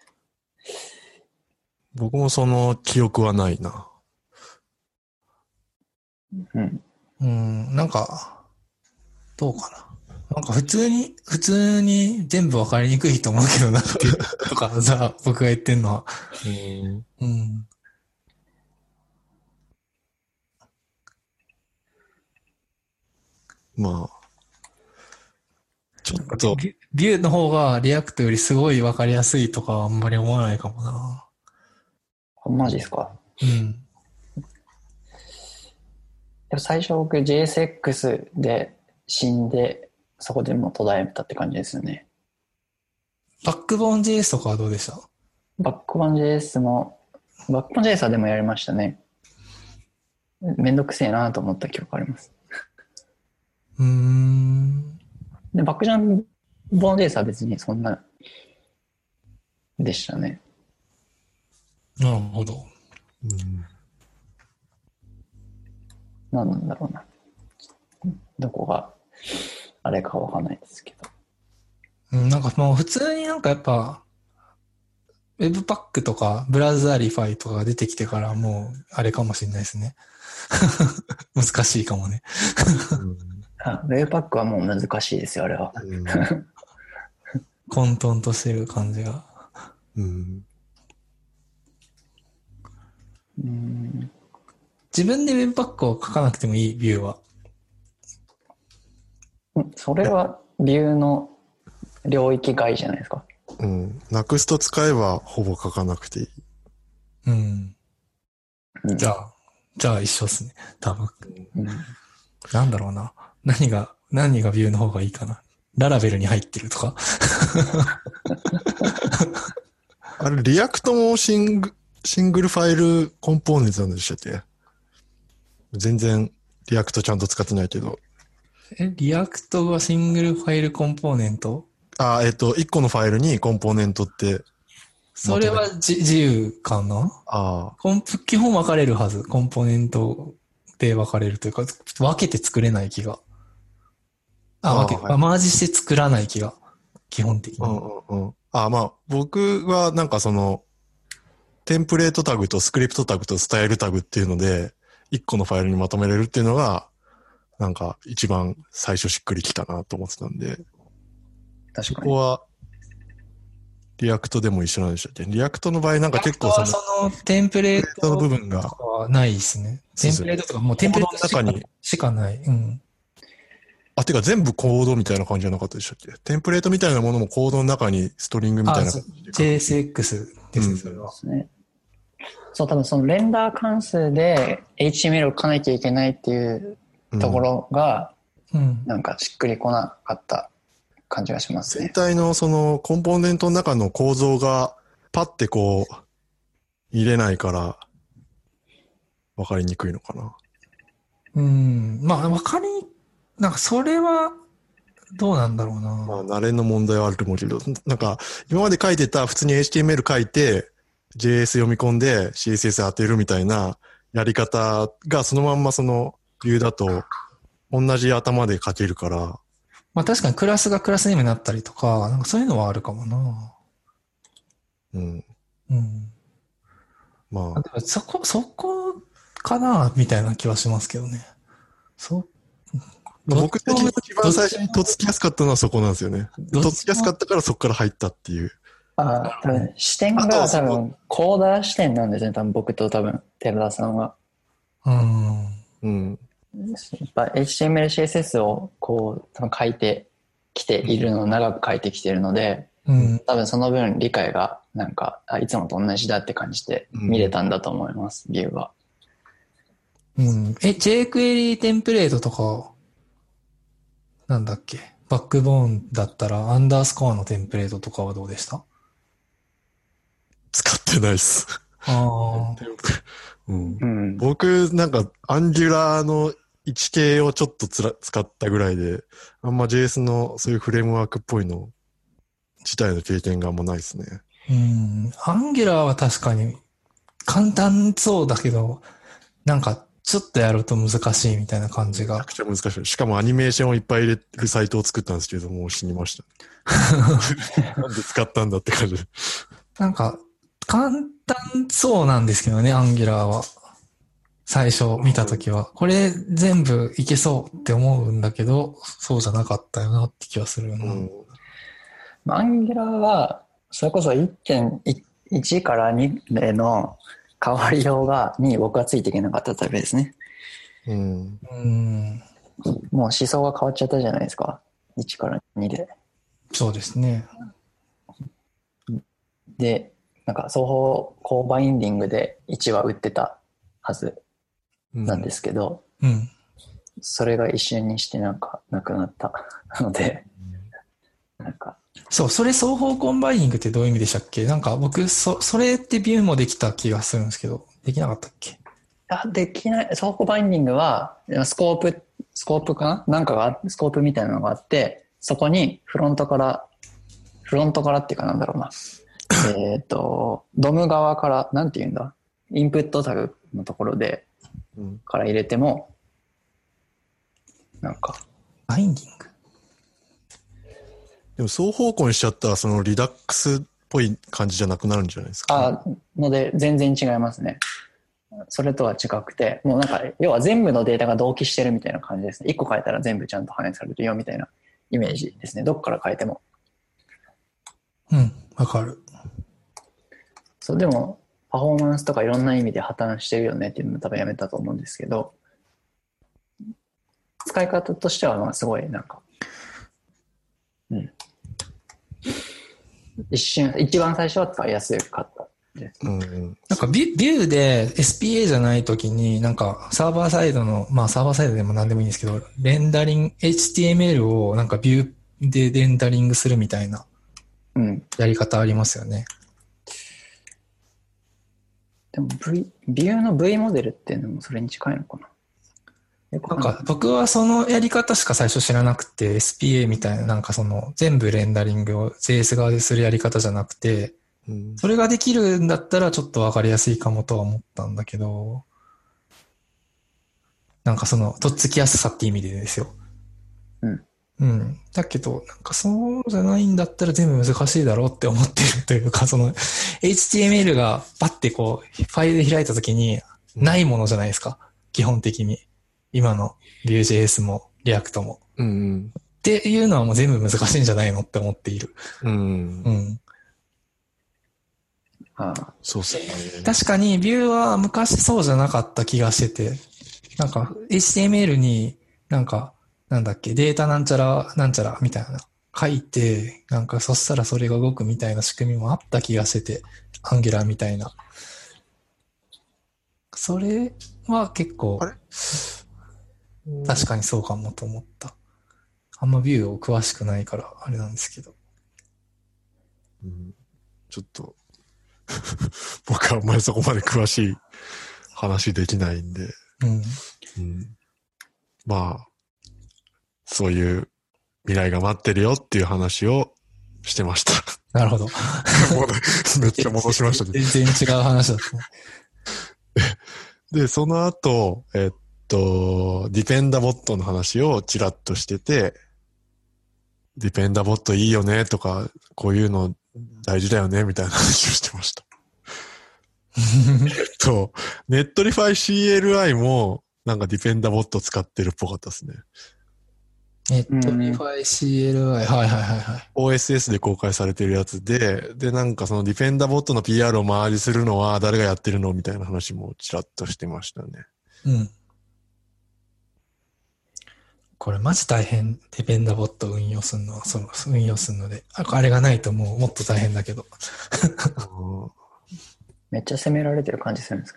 僕もその記憶はないな。 なんか、どうかな。なんか普通に全部わかりにくいと思うけどなっていうとかさ、僕が言ってんのは。 まあ。ちょっと。 ビューの方がリアクトよりすごいわかりやすいとかあんまり思わないかもな。 マジですか？最初僕 JSX で死んで、そこでもう途絶えたって感じですよね。 バックボーン JS とかはどうでした？ バックボーン JS はでもやりましたね。めんどくせえなと思った記憶あります。で、バックボーン JS は別にそんなでしたね。 なるほど。 何なんだろうな。どこがあれかわかんないですけど。なんかもう普通になんかやっぱ、ウェブパックとかブラウザリファイとかが出てきてからもうあれかもしれないですね。難しいかもね。 ウェブパックはもう難しいですよ、あれは。 混沌としてる感じが。 自分で Webpack を書かなくてもいい、ビューは。 それはビューの領域外じゃないですか。 うん。Next 使えばほぼ書かなくていい。 うん。じゃあ一緒っすね。多分。なんだろうな。何がビューの方がいいかな。ララベルに入ってるとか。 あれ、リアクトもシングルファイルコンポーネントなんでしたっけ？全然リアクトちゃんと使ってないけど。 リアクトがシングルファイルコンポーネント？ 一個のファイルにコンポーネントって。 それは自由かな？基本分かれるはず。コンポーネントで分かれるというか、分けて作れない気が。マージして作らない気が。基本的に。 僕はなんかテンプレートタグとスクリプトタグとスタイルタグっていうので、一個のファイルにまとめれるっていうのが、なんか一番最初しっくりきたなと思ってたんで。 確かに。 そこは、リアクトでも一緒なんでしたっけ？リアクトの場合なんか結構そのテンプレートの部分がないですね。テンプレートとかもうテンプレートの中にしかない。うん。 てか全部コードみたいな感じじゃなかったでしたっけ？テンプレートみたいなものもコードの中にストリングみたいな感じで。 JSX ですね、それは。 そう、多分そのレンダー関数で HTML を書かなきゃいけないっていうところが、なんかしっくりこなかった感じがしますね。 全体のそのコンポーネントの中の構造がパッてこう入れないから分かりにくいのかな。 なんかそれはどうなんだろうな。 慣れの問題はあると思うけど、なんか今まで書いてた普通に HTML 書いて JS 読み込んで CSS 当てるみたいなやり方がそのまんまそのビューだと同じ頭で書けるから。 確かにクラスがクラスネームになったりとか、なんかそういうのはあるかもな。そこかなみたいな気はしますけどね。 僕的に一番最初にとっつきやすかったのはそこなんですよね。とっつきやすかったからそこから入ったっていう。 多分視点が多分コーダー視点なんですね。多分僕と多分寺田さんは。やっぱ HTML、CSS をこう多分書いてきているのを長く書いてきているので、多分その分理解がなんかいつもと同じだって感じて見れたんだと思います、ビューは。 jQuery テンプレートとかなんだっけ？バックボーンだったらアンダースコアのテンプレートとかはどうでした？ 使ってないっす。僕なんかアンギュラーの1系をちょっと使ったぐらいで、あんま JS のそういうフレームワークっぽいの自体の経験があんまないですね。 アンギュラーは確かに簡単そうだけど、なんかちょっとやると難しいみたいな感じが。 めちゃくちゃ難しい。しかもアニメーションをいっぱい入れるサイトを作ったんですけど、もう死にました。なんで使ったんだって感じ。 なんか、簡単そうなんですけどね、アンギュラーは。最初見たときは。これ全部いけそうって思うんだけど、そうじゃなかったよなって気はするよな。 アンギュラーは、それこそ 1.1 から2での変わりように僕はついていけなかったタイプですね。もう思想が変わっちゃったじゃないですか。1から2で。 そうですね。 で、なんか双方コーバインディングで1は打ってたはずなんですけど、それが一瞬にしてなんかなくなったので、なんか。 それ双方コンバイニングってどういう意味でしたっけ？なんか僕、それってビューもできた気がするんですけど、できなかったっけ？ できない。双方バインディングは、スコープかな？なんかが、スコープみたいなのがあって、そこにフロントからっていうかなんだろうな。ドム側から、なんて言うんだ？インプットタグのところで、から入れても、なんか。 バインディング？ でも双方向にしちゃったらそのリダックスっぽい感じじゃなくなるんじゃないですか、ね。 ので全然違いますね。それとは違くて、もうなんか要は全部のデータが同期してるみたいな感じですね。1個変えたら全部ちゃんと反映されるよみたいなイメージですね。どっから変えても。 わかる。 そう、でもパフォーマンスとかいろんな意味で破綻してるよねっていうのも多分やめたと思うんですけど、使い方としてはまあすごいなんか、一番最初は使いやすかったです。 なんかビューで SPA じゃないときになんかサーバーサイドの、まあサーバーサイドでも何でもいいんですけど、レンダリング、HTML をなんかビューでレンダリングするみたいなやり方ありますよね。 でもビューの V モデルっていうのもそれに近いのかな。 なんか僕はそのやり方しか最初知らなくて SPA みたいななんかその全部レンダリングを JS 側でするやり方じゃなくて、それができるんだったらちょっとわかりやすいかもとは思ったんだけど、なんかそのとっつきやすさって意味でですよ。だけど、なんかそうじゃないんだったら全部難しいだろうって思ってるというか、その HTML がパッてこうファイルで開いたときにないものじゃないですか。基本的に。今の Vue.js も React も。っていうのはもう全部難しいんじゃないのって思っている。 そうですね。 確かに Vue は昔そうじゃなかった気がしてて、なんか HTML になんかなんだっけ、データなんちゃらなんちゃらみたいな書いて、なんかそしたらそれが動くみたいな仕組みもあった気がしてて、Angular みたいな。それは結構、確かにそうかもと思った。あんまビューを詳しくないからあれなんですけど。 ちょっと、僕はあんまりそこまで詳しい話できないんで。まあ、そういう未来が待ってるよっていう話をしてました。 なるほど。 めっちゃ戻しましたね。 全然違う話だったね。 で、その後、ディペンダボットの話をちらっとしてて、ディペンダボットいいよねとか、こういうの大事だよねみたいな話をしてました。ネットリファイ CLI もなんかディペンダボット使ってるっぽかったですね。 ネットリファイ CLI、はいはいはい。 OSS で公開されてるやつで、なんかそのディフェンダボットの PR を周りするのは誰がやってるのみたいな話もちらっとしてましたね。 これマジ大変。ディフェンダボット運用するのは、運用するので。あれがないともっと大変だけど。 めっちゃ責められてる感じするんですか？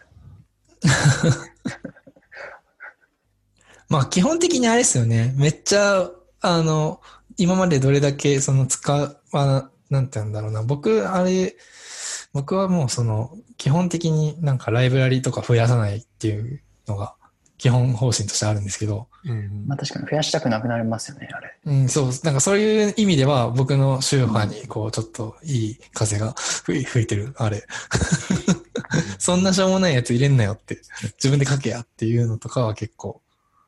まあ基本的にあれですよね。めっちゃ、今までどれだけなんて言うんだろうな。僕はもう基本的になんかライブラリとか増やさないっていうのが基本方針としてあるんですけど。 まあ確かに増やしたくなくなりますよね、あれ。 そう、なんかそういう意味では僕の宗派にこうちょっといい風が吹いてる、あれ。そんなしょうもないやつ入れんなよって、自分で書けやっていうのとかは結構、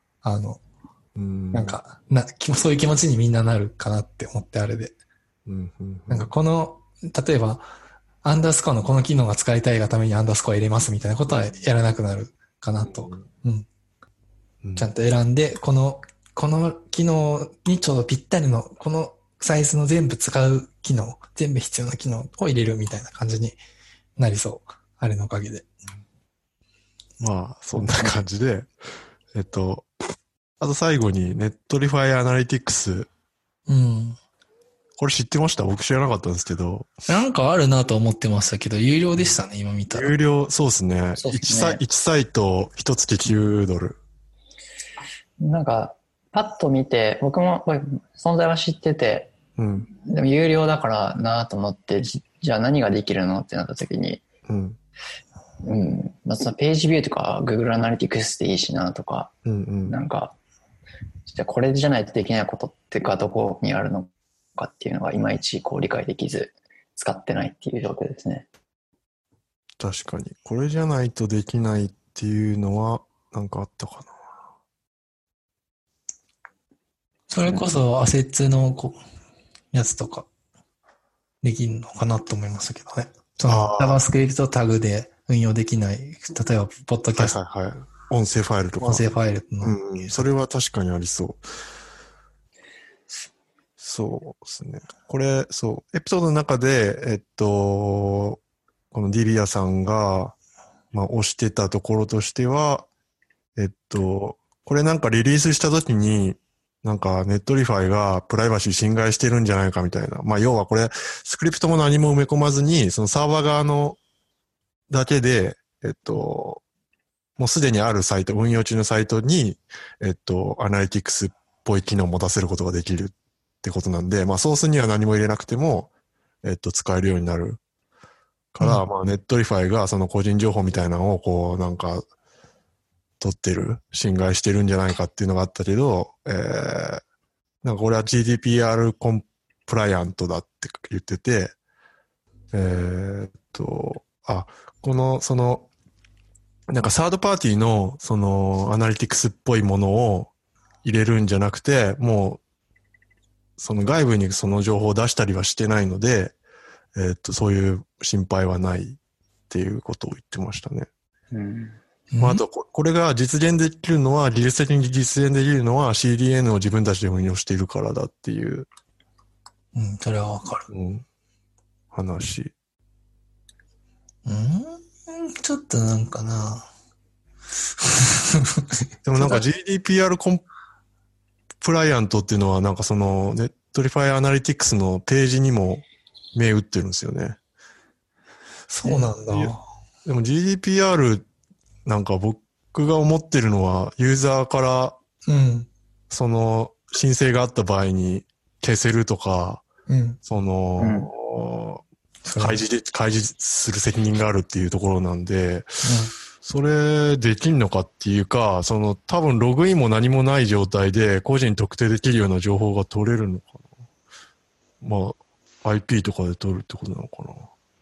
なんかそういう気持ちにみんななるかなって思ってあれで。なんか例えば、アンダースコアのこの機能が使いたいがためにアンダースコア入れますみたいなことはやらなくなるかなと。ちゃんと選んで、この機能にちょうどぴったりの、このサイズの全部使う機能、全部必要な機能を入れるみたいな感じになりそう。あれのおかげで。 まあ、そんな感じで、あと最後にネットリファイアナリティクス。これ知ってました？僕知らなかったんですけど。 なんかあるなと思ってましたけど、有料でしたね、今見たら。 有料、そうですね。1サイト、1月9ドル。 なんか、パッと見て、僕も存在は知ってて、でも有料だからなと思って、じゃあ何ができるのってなった時に、まあ、そのページビューとか Google Analytics でいいしなとか、なんか、じゃあこれじゃないとできないことってかどこにあるのかっていうのがいまいちこう理解できず使ってないっていう状況ですね。 確かに。これじゃないとできないっていうのはなんかあったかな。 それこそアセッツのやつとかできるのかなと思いましたけどね。JavaScript タグで運用できない、例えばポッドキャスト。 音声ファイルとか。 音声ファイルの。 それは確かにありそう。そうですね。これ、エピソードの中で、 このディビアさんが、まあ、推してたところとしては、これなんかリリースした時に、なんかネットリファイがプライバシー侵害してるんじゃないかみたいな。まあ、要はこれ、スクリプトも何も埋め込まずに、そのサーバー側のだけで、もうすでにあるサイト、運用中のサイトに、アナリティクスっぽい機能を持たせることができるってことなんで、まあ、ソースには何も入れなくても、使えるようになるから、まあ、ネットリファイがその個人情報みたいなのをこう、なんか、取ってる、侵害してるんじゃないかっていうのがあったけど、なんかこれは GDPR コンプライアントだって言ってて、その、なんかサードパーティーの、その、アナリティクスっぽいものを入れるんじゃなくて、もう、その外部にその情報を出したりはしてないので、そういう心配はないっていうことを言ってましたね。まあ、あと、これが実現できるのは、技術的に実現できるのは CDN を自分たちで運用しているからだっていう。 それはわかる。 話。 ちょっとなんかな。 でもなんか GDPR コンプライアントっていうのはなんかそのネットリファイアナリティクスのページにも銘打ってるんですよね。 そうなんだ。 でも GDPR なんか僕が思ってるのはユーザーからその申請があった場合に消せるとか、その、開示する責任があるっていうところなんで、それできんのかっていうか、その多分ログインも何もない状態で個人特定できるような情報が取れるのかな。まあ IP とかで取るってことなのかな。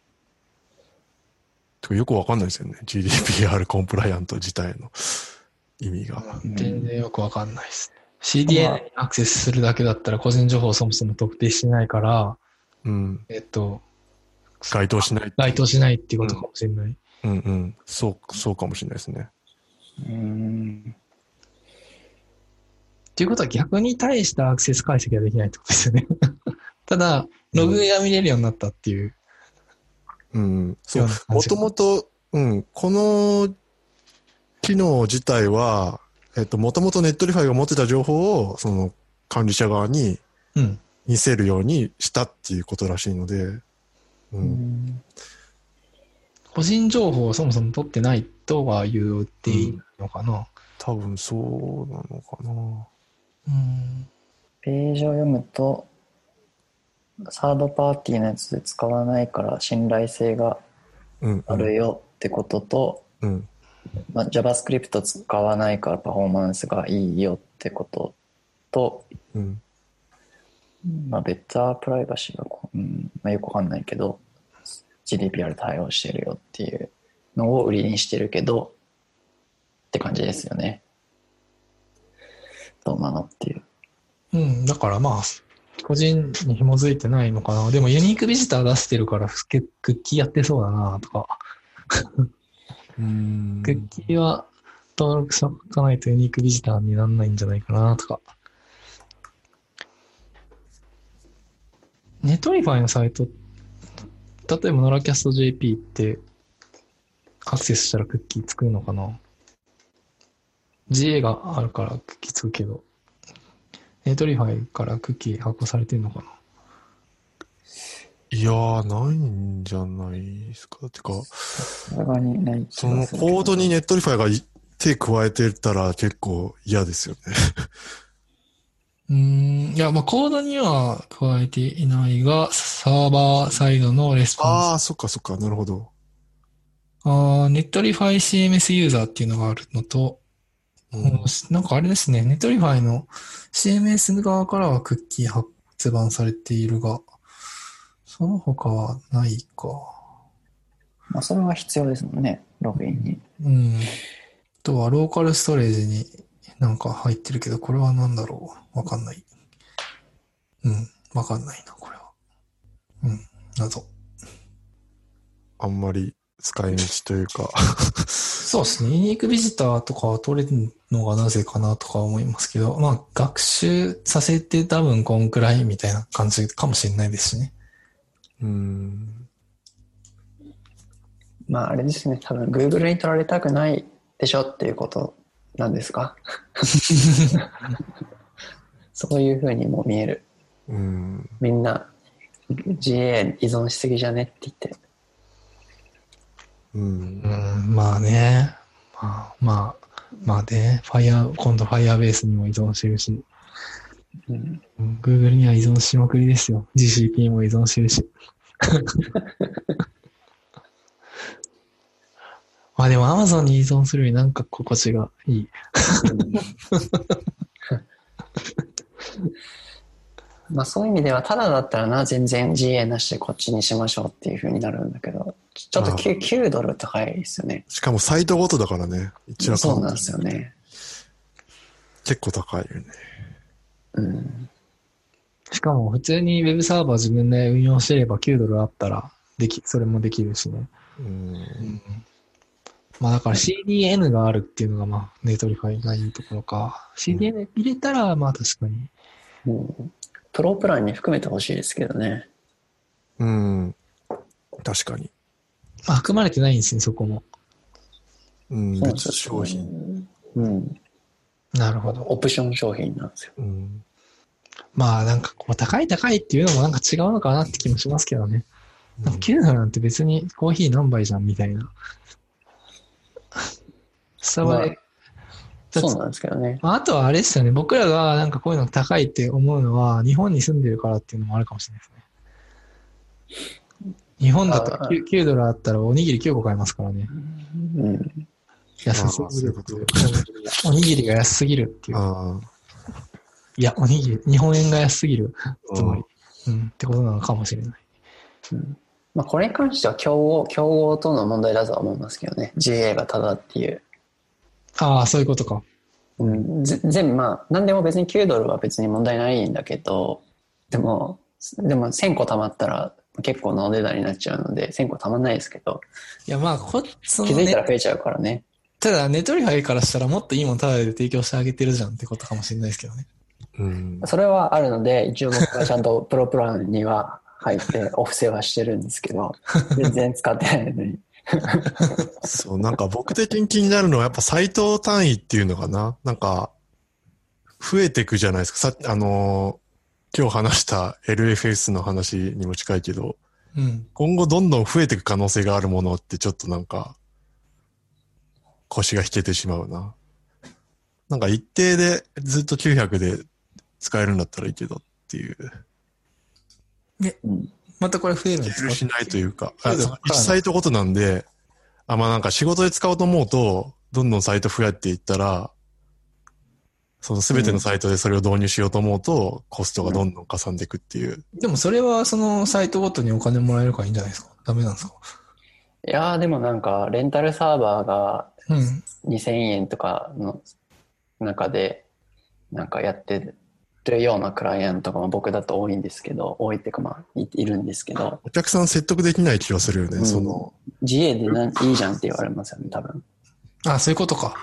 よくわかんないですよね。GDPR コンプライアント自体の意味が。 全然よくわかんないです。CDN にアクセスするだけだったら個人情報をそもそも特定してないから、 該当しない。 該当しないっていうことかもしれない。 そうかもしれないですね。 っていうことは逆に対したアクセス解析ができないってことですよね。ただ、ログが見れるようになったっていう。 そう。もともと、この機能自体は、もともとネットリファイが持ってた情報を、その管理者側に見せるようにしたっていうことらしいので、 個人情報をそもそも取ってないとは言っていいのかな、 多分そうなのかな。 ページを読むと、サードパーティーのやつで使わないから信頼性があるよってことと、JavaScript 使わないからパフォーマンスがいいよってことと、ベッタープライバシーが、よくわかんないけど GDPR 対応してるよっていうのを売りにしてるけどって感じですよね。どうなのっていう。 だからまあ個人に紐づいてないのかな。でもユニークビジター出してるからクッキーやってそうだなとか。クッキーは登録しとかないとユニークビジターにならないんじゃないかなとか。ネトリファイのサイト、例えばノラキャスト JP ってアクセスしたらクッキー作るのかな。 GA があるからクッキー作るけど、ネトリファイからクッキー発行されてるのかな。 いやー、ないんじゃないですか。てか、 そのコードにネットリファイが手加えてたら結構嫌ですよね。 いや、コードには加えていないが、サーバーサイドのレスポンス。 ああ、そっか、なるほど。 ネットリファイ CMS ユーザーっていうのがあるのと、なんかあれですね、ネットリファイの CMS 側からはクッキー発売されているが、その他はないか。 それは必要ですもんね、ログインに。 あとはローカルストレージになんか入ってるけど、これは何だろう。わかんない。わかんないな、これは。謎。 あんまり使い道というか。 そうですね。ユニークビジターとかは取れるのがなぜかなとか思いますけど、学習させて多分こんくらいみたいな感じかもしれないですしね。 まああれですね、多分 Google に取られたくないでしょっていうことなんですかそういう風にも見える。みんな GA 依存しすぎじゃねって言って。 まあね。まあね。今度 Firebase にも依存してるし。Google には依存しまくりですよ。GCP にも依存してるし。まあでも Amazon に依存するよりなんか心地がいい。 まあそういう意味では、ただだったらな、全然 GA なしでこっちにしましょうっていう風になるんだけど、ちょっと 9ドル高いですよね。 しかもサイトごとだからね。一応そうなんですよね。 結構高いよね。 しかも普通に Web サーバー自分で運用してれば9ドルあったらそれもできるしね。まあだから CDN があるっていうのがまあネトリファイがいいところか。CDN 入れたらまあ確かに。 プロプランに含めてほしいですけどね。 確かに。 含まれてないんですね、そこも。 別商品。 なるほど。 オプション商品なんですよ。 まあなんかこう高いっていうのもなんか違うのかなって気もしますけどね。9ドルなんて別にコーヒー何杯じゃんみたいな。スタバで。 そうなんですけどね。 あとはあれですよね。僕らがなんかこういうの高いって思うのは日本に住んでるからっていうのもあるかもしれないですね。日本だと 9ドルあったらおにぎり9個買えますからね。安すぎるっていう。おにぎりが安すぎるっていう。いや、おにぎり、日本円が安すぎる。つまり。ってことなのかもしれない。 まあこれに関しては競合との問題だとは思いますけどね。GA がただっていう。 ああ、そういうことか。 全部まあ、何でも別に9ドルは別に問題ないんだけど、でも1000個貯まったら結構なお値段になっちゃうので、1000個貯まんないですけど。 いやまあ、気づいたら増えちゃうからね。 ただ、ネトリファイからしたらもっといいものタダで提供してあげてるじゃんってことかもしれないですけどね。 それはあるので、一応僕はちゃんとプロプランには入ってお布施はしてるんですけど、全然使ってないのに。 そう、なんか僕的に気になるのはやっぱサイト単位っていうのかな。なんか、増えていくじゃないですか。今日話した LFS の話にも近いけど、今後どんどん増えていく可能性があるものってちょっとなんか、腰が引けてしまうな。なんか一定でずっと900で使えるんだったらいいけどっていう。 またこれ増えるんですか？ しないというか、1サイトごとなんで、まあなんか仕事で使おうと思うと、どんどんサイト増えていったら、その全てのサイトでそれを導入しようと思うと、コストがどんどんかさんでいくっていう。 でもそれはそのサイトごとにお金もらえるからいいんじゃないですか？ダメなんですか？ いやーでもなんか、レンタルサーバーが2000円とかの中で、なんかやってるようなクライアントが僕だと多いんですけど、多いっていうかまあ、いるんですけど。 お客さん説得できない気がするよね、 自営でいいじゃんって言われますよね、多分。 あ、そういうことか。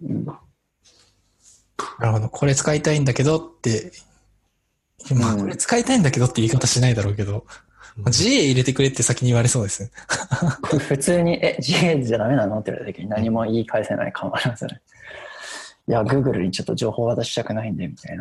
なるほど。これ使いたいんだけどって、まあこれ使いたいんだけどって言い方しないだろうけど、自営入れてくれって先に言われそうですね。 普通に、自営じゃダメなのって言われた時に何も言い返せない感はありますよね。いや、Google にちょっと情報渡したくないんで、みたいな。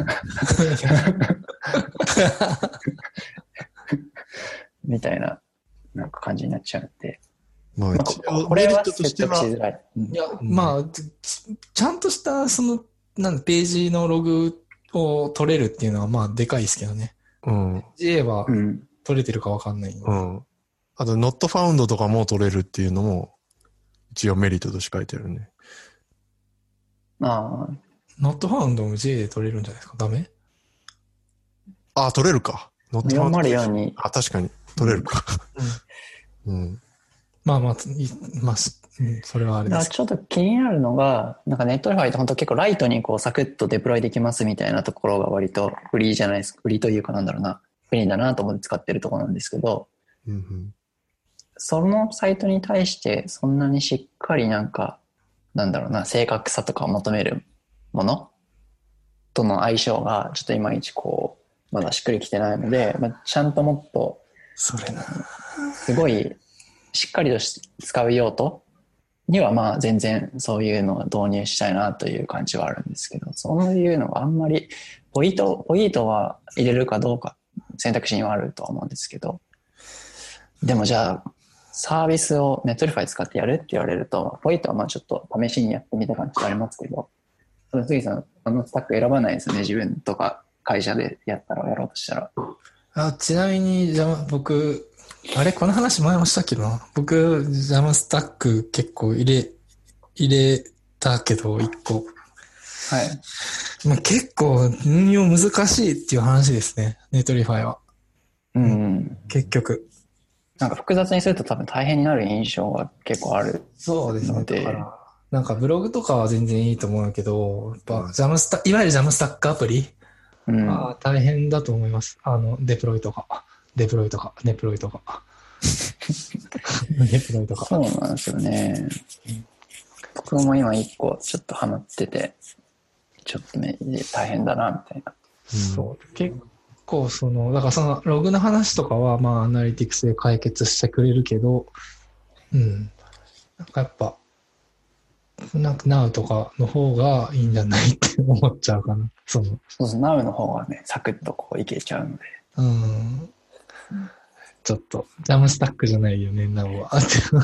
みたいな、なんか感じになっちゃうんで。 まあ、 これは説得しづらい。 いや、まあ、ちゃんとした、ページのログを取れるっていうのは、まあ、でかいですけどね。GA は取れてるかわかんない。 あと、not found とかも取れるっていうのも、一応メリットとして書いてあるね。 not found も GA で取れるんじゃないですか？ダメ？ 取れるか。 404に。 確かに。取れるか。 まあ、それはあれです。 ちょっと気になるのが、なんかネットリファイって本当結構ライトにこうサクッとデプロイできますみたいなところが割と売りじゃないですか。売りというかなんだろうな。便利だなと思って使ってるところなんですけど、そのサイトに対してそんなにしっかりなんか、なんだろうな、正確さとかを求めるものとの相性がちょっといまいちこう、まだしっくりきてないので、ちゃんともっと、 それな。 すごい、 しっかりと使う用途にはまあ全然そういうのを導入したいなという感じはあるんですけど、そういうのがあんまりポイントは入れるかどうか選択肢にはあるとは思うんですけど、でもじゃあサービスをネットリファイ使ってやるって言われると、ポイントはまあちょっと試しにやってみた感じありますけど、杉さんスタック選ばないですよね、自分とか会社でやろうとしたら。 ちなみに僕この話前もしたっけな。僕、ジャムスタック結構入れたけど、1個。 はい。 まあ、結構運用難しいっていう話ですね、ネトリファイは。結局。 なんか複雑にすると多分大変になる印象が結構ある。 そうですね。だから、なんかブログとかは全然いいと思うけど、やっぱいわゆるジャムスタックアプリは大変だと思います。デプロイとか。ネプロイとか。 そうなんですよね。僕も今一個ちょっとハマってて、ちょっとね、大変だな、みたいな。 そう。結構だからそのログの話とかは、まあアナリティクスで解決してくれるけど、なんかやっぱ、なんか Now とかの方がいいんじゃないって思っちゃうかな。 そう、Now の方がね、サクッとこういけちゃうので。 ちょっと、ジャムスタックじゃないよね、Now は。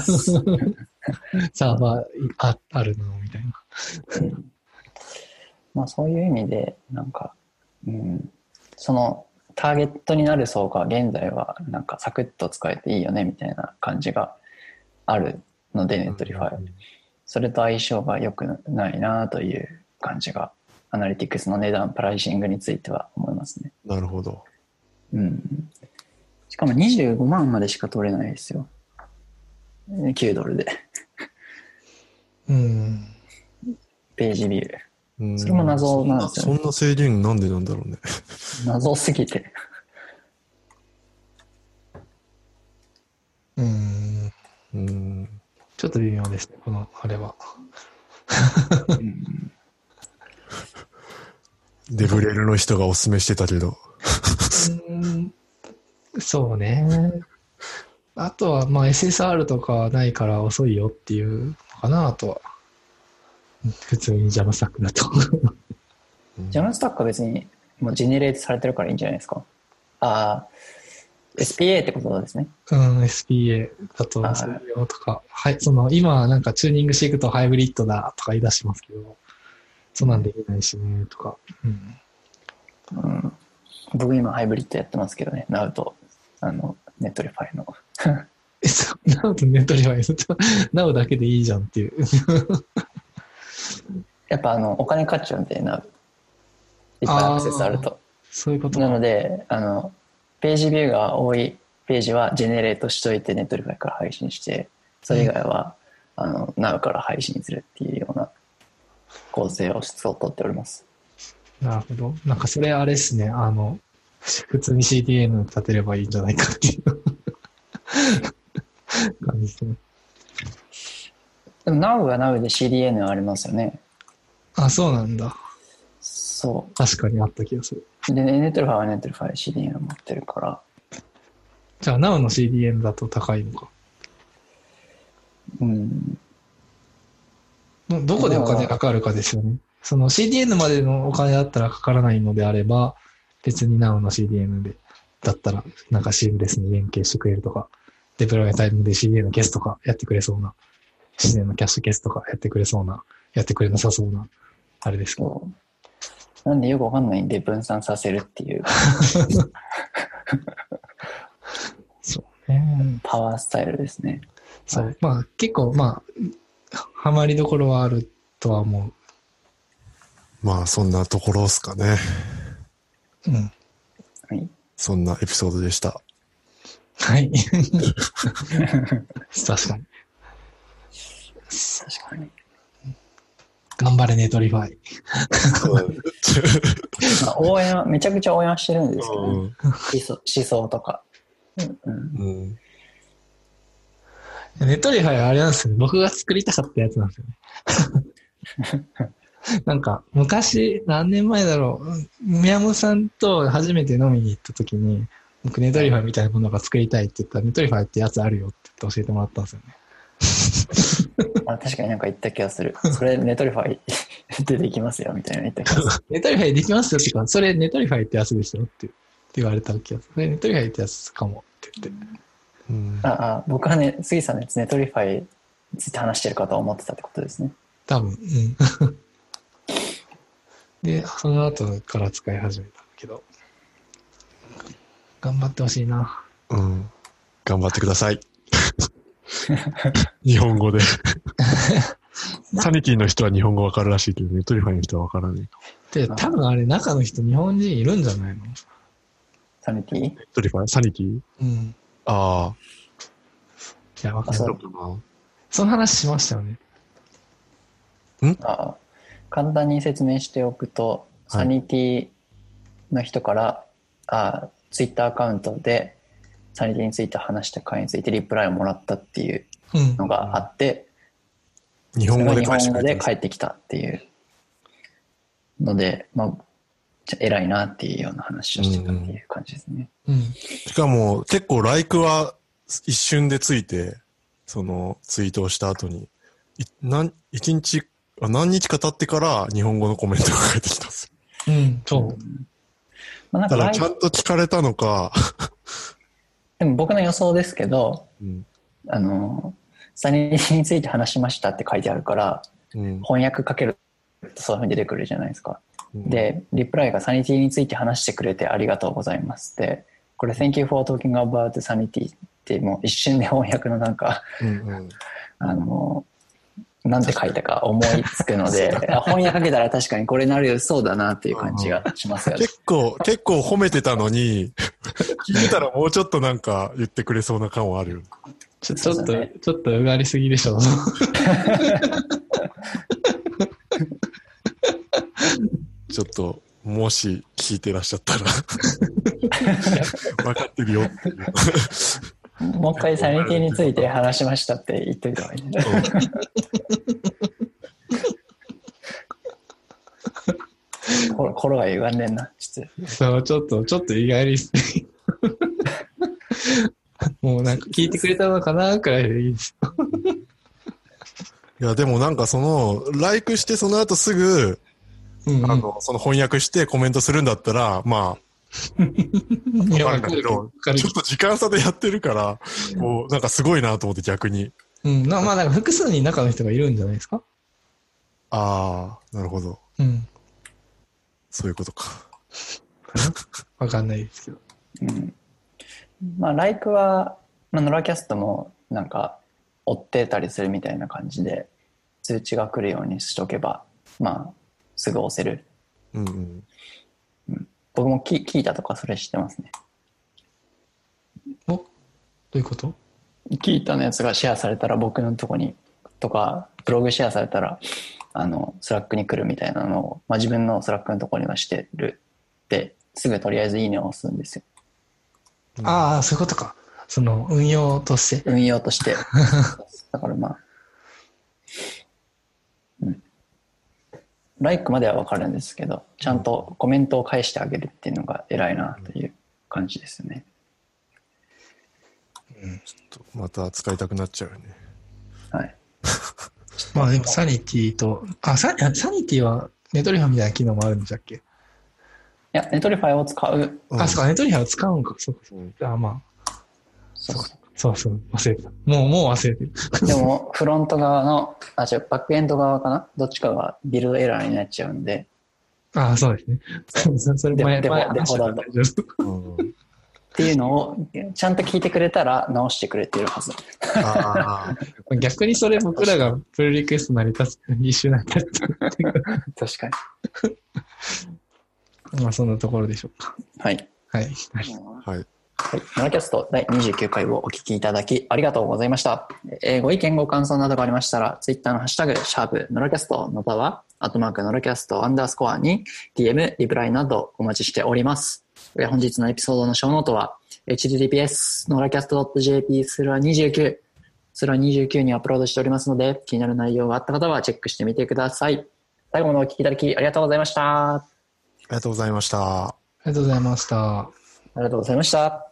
サーバーあるのみたいな。 まあそういう意味で、なんか、そのターゲットになる層が現在はなんかサクッと使えていいよねみたいな感じがあるので、ネットリファイ。それと相性が良くないなという感じが、アナリティクスの値段、プライシングについては思いますね。 なるほど。 しかも25万までしか取れないですよ。$9で。ページビュー。それも謎なんですよね。 そんな制限なんでなんだろうね。 謎すぎて。 ちょっと微妙ですね、このあれは。 デブレルの人がおすすめしてたけど。 そうね。あとは、まあ SSR とかないから遅いよっていうのかな、あとは。普通にジャムスタックだと。 ジャムスタックは別にもうジェネレートされてるからいいんじゃないですか。SPA ってことですね。 SPA だとそういうとか、はい、今なんかチューニングしていくとハイブリッドだとか言い出しますけど、そんなんできないしね、とか。 僕今ハイブリッドやってますけどね、Nowと、ネットリファイの。 NowとネットリファイNowだけでいいじゃんっていう。 やっぱお金かかっちゃうんで、Now。いっぱいアクセスあると。 そういうことなので、ページビューが多いページはジェネレートしといてネットリファイから配信して、それ以外は、Now から配信するっていうような構成を取っております。 なるほど。なんかそれあれですね、普通に CDN 立てればいいんじゃないかっていう感じですね。 でも Now は Now で CDN ありますよね。 あ、そうなんだ。 そう。 確かにあった気がする。 で、ネットリファイはネットリファイ CDN を持ってるから。 じゃあ Now の CDN だと高いのか。どこでお金かかるかですよね。その CDN までのお金だったらかからないのであれば、別に Now の CDN で、だったら、なんかシームレスに連携してくれるとか、デプロイタイムで CDN 消すとかやってくれそうな、CDN のキャッシュ消すとかやってくれそうな、やってくれなさそうな、あれですけど。 なんでよくわかんないんで分散させるっていう。 そうね。 パワースタイルですね。 そう。はい、まあ結構、ハマりどころはあるとは思う。 まあそんなところですかね。 はい。 そんなエピソードでした。 はい。確かに。 確かに。 頑張れネトリファイ。 応援は、めちゃくちゃ応援はしてるんですけど、ね、思想とか。 ネトリファイはあれなんですよね。僕が作りたかったやつなんですよね。なんか、昔、何年前だろう。宮本さんと初めて飲みに行った時に、 僕ネトリファイみたいなものが作りたいって言ったら、ネトリファイってやつあるよって言って教えてもらったんですよね。 確かになんか言った気がする。それネトリファイでできますよみたいな言った気がする。 ネトリファイできますよってか、それネトリファイってやつですよって言われた気がする。それネトリファイってやつかもって言って。 僕はね、杉さんのやつネトリファイについて話してるかと思ってたってことですね。 多分、で、その後から使い始めたんだけど、頑張ってほしいな。 頑張ってください。日本語で。サニティの人は日本語わかるらしいけど、ネトリファイの人はわからないかも。で、多分あれ中の人日本人いるんじゃないの？ サニティ？ ネトリファイ？サニティ？ああ。 いや、わかんない。その話しましたよね。 簡単に説明しておくと、サニティの人から、ツイッターアカウントでサニティについて話した回についてリプライをもらったっていうのがあって、 日本語で返ってきたっていうので、偉いなっていうような話をしてたっていう感じですね。 しかも結構ライクは一瞬でついて、そのツイートをした後に、何日か経ってから日本語のコメントが返ってきたんですよ。 そう。 だからちゃんと聞かれたのか。 でも僕の予想ですけど、サニティについて話しましたって書いてあるから、翻訳かけるとそういうふうに出てくるじゃないですか。で、リプライがサニティについて話してくれてありがとうございますって、これ Thank you for talking about sanity ってもう一瞬で翻訳のなんか、なんて書いたか思いつくので、翻訳かけたら確かにこれなるそうだなっていう感じがしますよね。 結構褒めてたのに、聞いてたらもうちょっとなんか言ってくれそうな感はあるよ。 ちょっとうがりすぎでしょ。 ちょっと、もし聞いてらっしゃったら、分かってるよっていう。 もう一回サニティについて話しましたって言っといた方がいいね。心が歪んでんな、 そう、ちょっと意外にもうなんか聞いてくれたのかなくらいでいいです。 いや、でもなんかライクしてその後すぐ、その翻訳してコメントするんだったら、わかるんだけど、ちょっと時間差でやってるから、もうなんかすごいなと思って逆に。 なんか複数に中の人がいるんじゃないですか？ なるほど。そういうことか。 わかんないですけど。 ライクは、ノラキャストもなんか追ってたりするみたいな感じで、通知が来るようにしとけば、すぐ押せる。僕も聞いたとかそれ知ってますね。 どういうこと？ 聞いたのやつがシェアされたら僕のとこにとかブログシェアされたらスラックに来るみたいなのを、自分のスラックのところにはしてるですぐとりあえずいいねを押すんですよ。 そういうことか。その運用としてだからライクまでは分かるんですけど、ちゃんとコメントを返してあげるっていうのが偉いなという感じですよね。 ちょっとまた使いたくなっちゃうよね。 はい。でもサニティと、サニティはネトリファイみたいな機能もあるんでしたっけ？いや、ネトリファイを使う。 そうか、ネトリファイを使うんか。そうか。そう、忘れてた。もう忘れてる。 でも、フロント側の、バックエンド側かな？どっちかがビルドエラーになっちゃうんで。 そうですね。それ前デフォだと。っていうのを、ちゃんと聞いてくれたら直してくれてるはず。 逆にそれ僕らがプルリクエスト成り立つ、一周成り立つ。 確かに。そんなところでしょうか。 はい。ノラキャスト第29回をお聞きいただきありがとうございました。ご意見ご感想などがありましたら、ツイッターのハッシュタグ、ノラキャストの他は、ノラキャスト_に DM、リプライなどお待ちしております。本日のエピソードのショーノートは、https noracast.jp/29 にアップロードしておりますので、気になる内容があった方はチェックしてみてください。最後までお聞きいただきありがとうございました。 ありがとうございました。 ありがとうございました。 ありがとうございました。